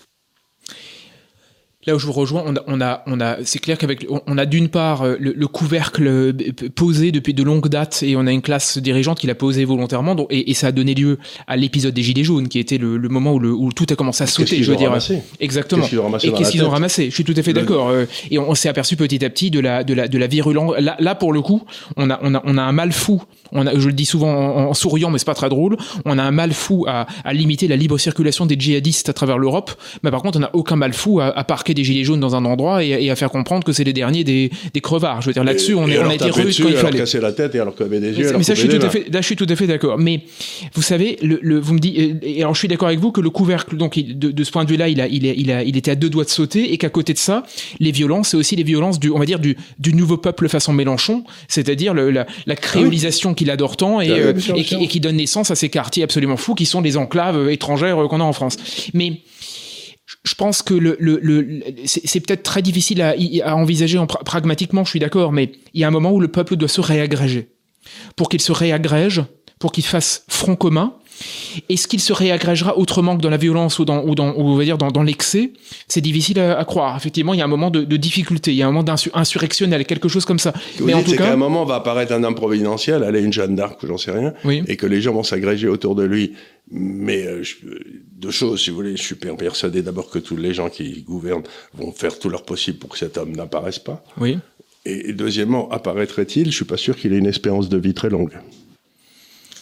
Là où je vous rejoins, c'est clair on a d'une part le couvercle posé depuis de longues dates et on a une classe dirigeante qui l'a posé volontairement, et ça a donné lieu à l'épisode des Gilets jaunes qui était le moment où tout a commencé à sauter. Je veux dire, exactement. Qu'est-ce qu'ils ont ramassé ? Je suis tout à fait d'accord. Et on s'est aperçu petit à petit de la virulence. Là pour le coup, on a un mal fou. Je le dis souvent en souriant, mais c'est pas très drôle. On a un mal fou à limiter la libre circulation des djihadistes à travers l'Europe. Mais par contre, on n'a aucun mal fou à parquer des gilets jaunes dans un endroit et à faire comprendre que c'est les derniers des crevards. Je veux dire, là-dessus, on a été rude quand il fallait. Casser la tête et alors qu'il y avait des yeux. Mais ça, je suis tout à fait d'accord. Mais vous savez, vous me dites, et alors je suis d'accord avec vous que le couvercle, donc de ce point de vue-là, il était à 2 doigts de sauter, et qu'à côté de ça, les violences, c'est aussi les violences du nouveau peuple façon Mélenchon, c'est-à-dire la créolisation qu'il adore tant et qui donne naissance à ces quartiers absolument fous qui sont les enclaves étrangères qu'on a en France. Mais je pense que c'est peut-être très difficile à envisager pragmatiquement, je suis d'accord, mais il y a un moment où le peuple doit se réagréger. Pour qu'il se réagrège, pour qu'il fasse front commun, est-ce qu'il se réagrégera autrement que dans la violence ou on va dire dans l'excès ? C'est difficile à croire. Effectivement, il y a un moment de difficulté, il y a un moment insurrectionnel, quelque chose comme ça. Mais en tout cas, qu'à un moment va apparaître un homme providentiel, aller une Jeanne d'Arc ou j'en sais rien, oui. Et que les gens vont s'agréger autour de lui. Mais 2 choses, si vous voulez, je suis persuadé d'abord que tous les gens qui gouvernent vont faire tout leur possible pour que cet homme n'apparaisse pas. Oui. Et deuxièmement, apparaîtrait-il ? Je suis pas sûr qu'il ait une espérance de vie très longue.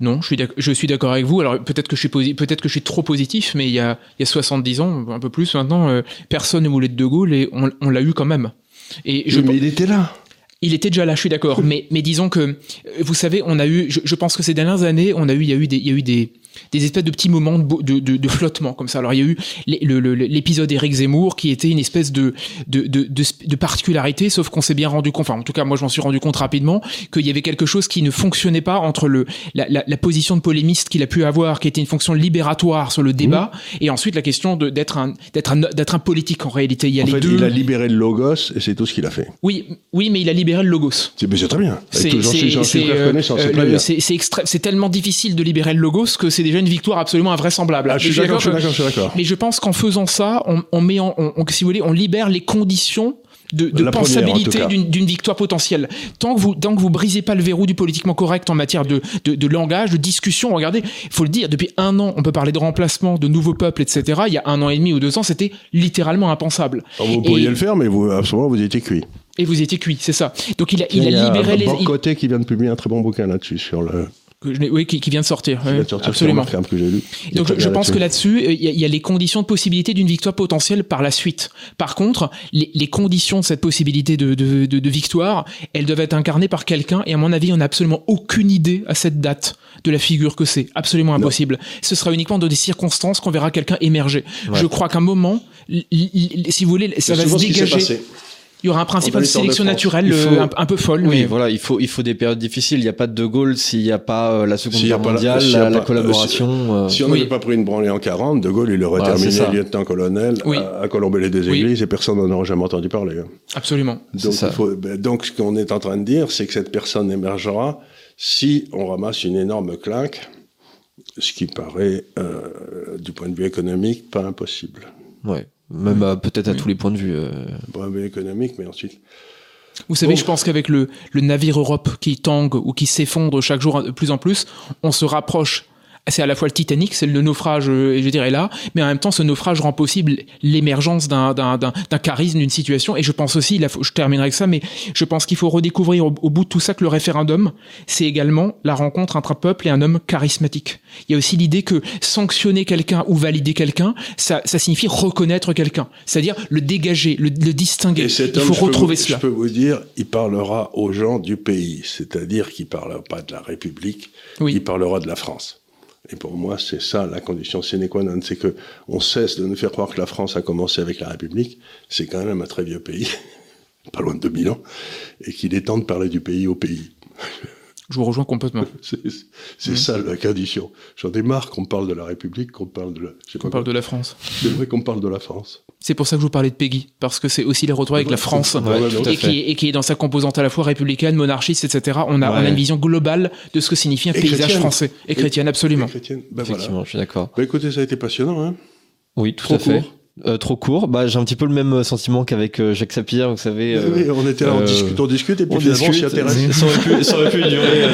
Non, je suis d'accord avec vous. Alors peut-être que je suis trop positif, mais il y a 70 ans, un peu plus maintenant, personne ne voulait de Gaulle et on l'a eu quand même. Mais il était là. Il était déjà là, je suis d'accord. Mais disons que, vous savez, je pense que ces dernières années, il y a eu des espèces de petits moments de flottement comme ça. Alors il y a eu l'épisode Éric Zemmour qui était une espèce de particularité, sauf qu'on s'est bien rendu compte, enfin en tout cas moi je m'en suis rendu compte rapidement, qu'il y avait quelque chose qui ne fonctionnait pas entre la position de polémiste qu'il a pu avoir, qui était une fonction libératoire sur le débat, et ensuite la question d'être un politique en réalité. Il a libéré le logos et c'est tout ce qu'il a fait. Oui, mais il a libéré le logos. C'est très bien. C'est tellement difficile de libérer le logos que c'est déjà une victoire absolument invraisemblable. Je suis d'accord. Mais je pense qu'en faisant ça, si vous voulez, on libère les conditions de pensabilité d'une victoire potentielle. Tant que vous brisez pas le verrou du politiquement correct en matière de langage, de discussion, regardez, il faut le dire, depuis 1 an, on peut parler de remplacement, de nouveaux peuples, etc. Il y a 1 an et demi ou 2 ans, c'était littéralement impensable. Vous pourriez le faire, mais à ce moment, vous étiez cuit. Et vous étiez cuit, c'est ça. Donc il a libéré les... Il y a Côté qui vient de publier un très bon bouquin là-dessus sur le... qui vient de sortir. Qui vient de sortir, absolument. Que j'ai lu. Donc je pense que là-dessus, il y a les conditions de possibilité d'une victoire potentielle par la suite. Par contre, les conditions de cette possibilité de victoire, elles doivent être incarnées par quelqu'un, et à mon avis, on n'a absolument aucune idée à cette date de la figure que c'est. Absolument impossible. Non. Ce sera uniquement dans des circonstances qu'on verra quelqu'un émerger. Ouais. Je crois qu'à un moment, si vous voulez, ça va se dégager. Il y aura un principe de sélection naturelle un peu folle. Oui, mais... voilà, il faut des périodes difficiles. Il n'y a pas de De Gaulle s'il n'y a pas la Seconde Guerre mondiale, la collaboration. Si on n'avait pas pris une branlée en 40, De Gaulle, il aurait terminé lieutenant-colonel à Colombey-les-Deux-Églises et personne n'en aurait jamais entendu parler. Absolument. Donc, ce qu'on est en train de dire, c'est que cette personne émergera si on ramasse une énorme claque, ce qui paraît, du point de vue économique, pas impossible. Ouais. Même peut-être à tous les points de vue. Point de vue économique, mais ensuite... Vous savez, je pense qu'avec le navire Europe qui tangue ou qui s'effondre chaque jour de plus en plus, on se rapproche. C'est à la fois le Titanic, c'est le naufrage, je dirais là, mais en même temps, ce naufrage rend possible l'émergence d'un charisme, d'une situation. Et je pense aussi, je terminerai avec ça, mais je pense qu'il faut redécouvrir au bout de tout ça que le référendum, c'est également la rencontre entre un peuple et un homme charismatique. Il y a aussi l'idée que sanctionner quelqu'un ou valider quelqu'un, ça signifie reconnaître quelqu'un, c'est-à-dire le dégager, le distinguer. Il faut retrouver cela. Je peux vous dire, il parlera aux gens du pays, c'est-à-dire qu'il ne parlera pas de la République, il parlera de la France. Et pour moi, c'est ça la condition sine qua non, c'est que on cesse de nous faire croire que la France a commencé avec la République. C'est quand même un très vieux pays, pas loin de 2000 ans, et qu'il est temps de parler du pays au pays. Je vous rejoins complètement. C'est ça la condition. J'en ai marre qu'on parle de la République, qu'on parle de la... Qu'on parle de la France. C'est vrai qu'on parle de la France. C'est pour ça que je vous parlais de Peggy, parce que c'est aussi les retrouvailles avec la France, et qui est dans sa composante à la fois républicaine, monarchiste, etc. On a une vision globale de ce que signifie un paysage français. Et chrétienne, absolument. Effectivement, je suis d'accord. Écoutez, ça a été passionnant, hein. Oui, tout à fait. Trop court. J'ai un petit peu le même sentiment qu'avec Jacques Sapir, vous savez. Oui, on était là, on discute, et puis finalement on s'y intéresse. Ça aurait pu durer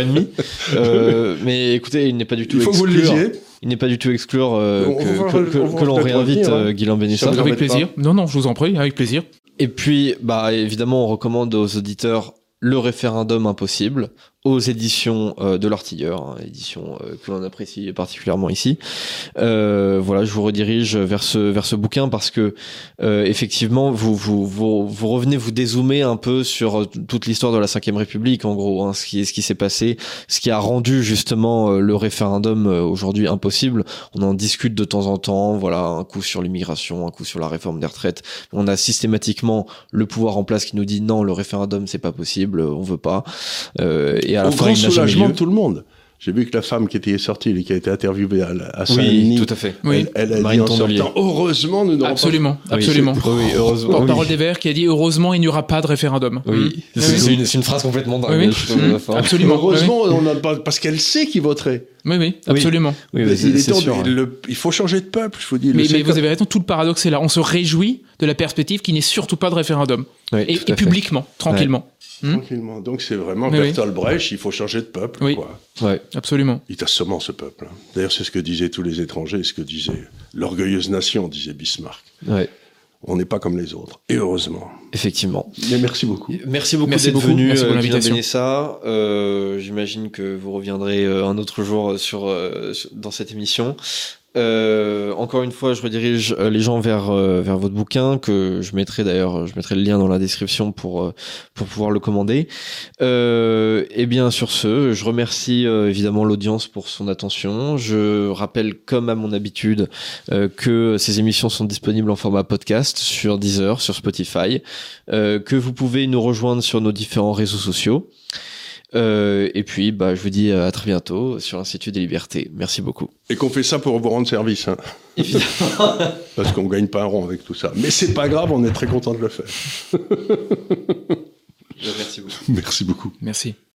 2h30. Mais écoutez, il n'est pas du tout exclure. Il faut que vous le lisiez. Il n'est pas du tout exclure que l'on réinvite Guylain Bénissa. Avec plaisir. Non, je vous en prie, avec plaisir. Et puis, évidemment, on recommande aux auditeurs Le référendum impossible, aux éditions de l'Artilleur, édition que l'on apprécie particulièrement ici. Voilà, je vous redirige vers ce bouquin parce que effectivement, vous revenez, vous dézoomez un peu sur toute l'histoire de la Ve République, en gros, hein, ce qui s'est passé, ce qui a rendu justement le référendum aujourd'hui impossible. On en discute de temps en temps, voilà, un coup sur l'immigration, un coup sur la réforme des retraites. On a systématiquement le pouvoir en place qui nous dit non, le référendum c'est pas possible, on veut pas. Et à la fin, grand soulagement de tout le monde. J'ai vu que la femme qui était sortie et qui a été interviewée à Saint-Denis, tout à fait. Elle a dit en sortant, heureusement, nous n'aurons absolument. Oui, heureusement. Porte-parole des Verts qui a dit heureusement, il n'y aura pas de référendum. Oui, c'est une phrase complètement dingue. Absolument. Heureusement, on a pas, parce qu'elle sait qui voterait. Oui, absolument. Oui, c'est sûr. Il faut changer de peuple, je vous dis. Mais vous avez raison, tout le paradoxe est là. On se réjouit de la perspective qui n'est surtout pas de référendum. Et publiquement, tranquillement. Tranquillement. Donc c'est vraiment Bertolt Brecht, il faut changer de peuple. Oui, quoi. Absolument. Il est assommant ce peuple. D'ailleurs, c'est ce que disaient tous les étrangers, ce que disait l'orgueilleuse nation, disait Bismarck. Ouais. On n'est pas comme les autres. Et heureusement. Effectivement. Mais merci beaucoup. Merci beaucoup d'être venu. Merci pour l'invitation. Ça. J'imagine que vous reviendrez un autre jour dans cette émission. Encore une fois, je redirige les gens vers votre bouquin que je mettrai le lien dans la description pour pouvoir le commander. Et bien sur ce, je remercie évidemment l'audience pour son attention. Je rappelle comme à mon habitude que ces émissions sont disponibles en format podcast sur Deezer, sur Spotify, que vous pouvez nous rejoindre sur nos différents réseaux sociaux. Et puis, je vous dis à très bientôt sur l'Institut des Libertés. Merci beaucoup. Et qu'on fait ça pour vous rendre service. Hein. Évidemment. Parce qu'on gagne pas un rond avec tout ça. Mais c'est pas grave, on est très content de le faire. Merci beaucoup. Merci beaucoup. Merci.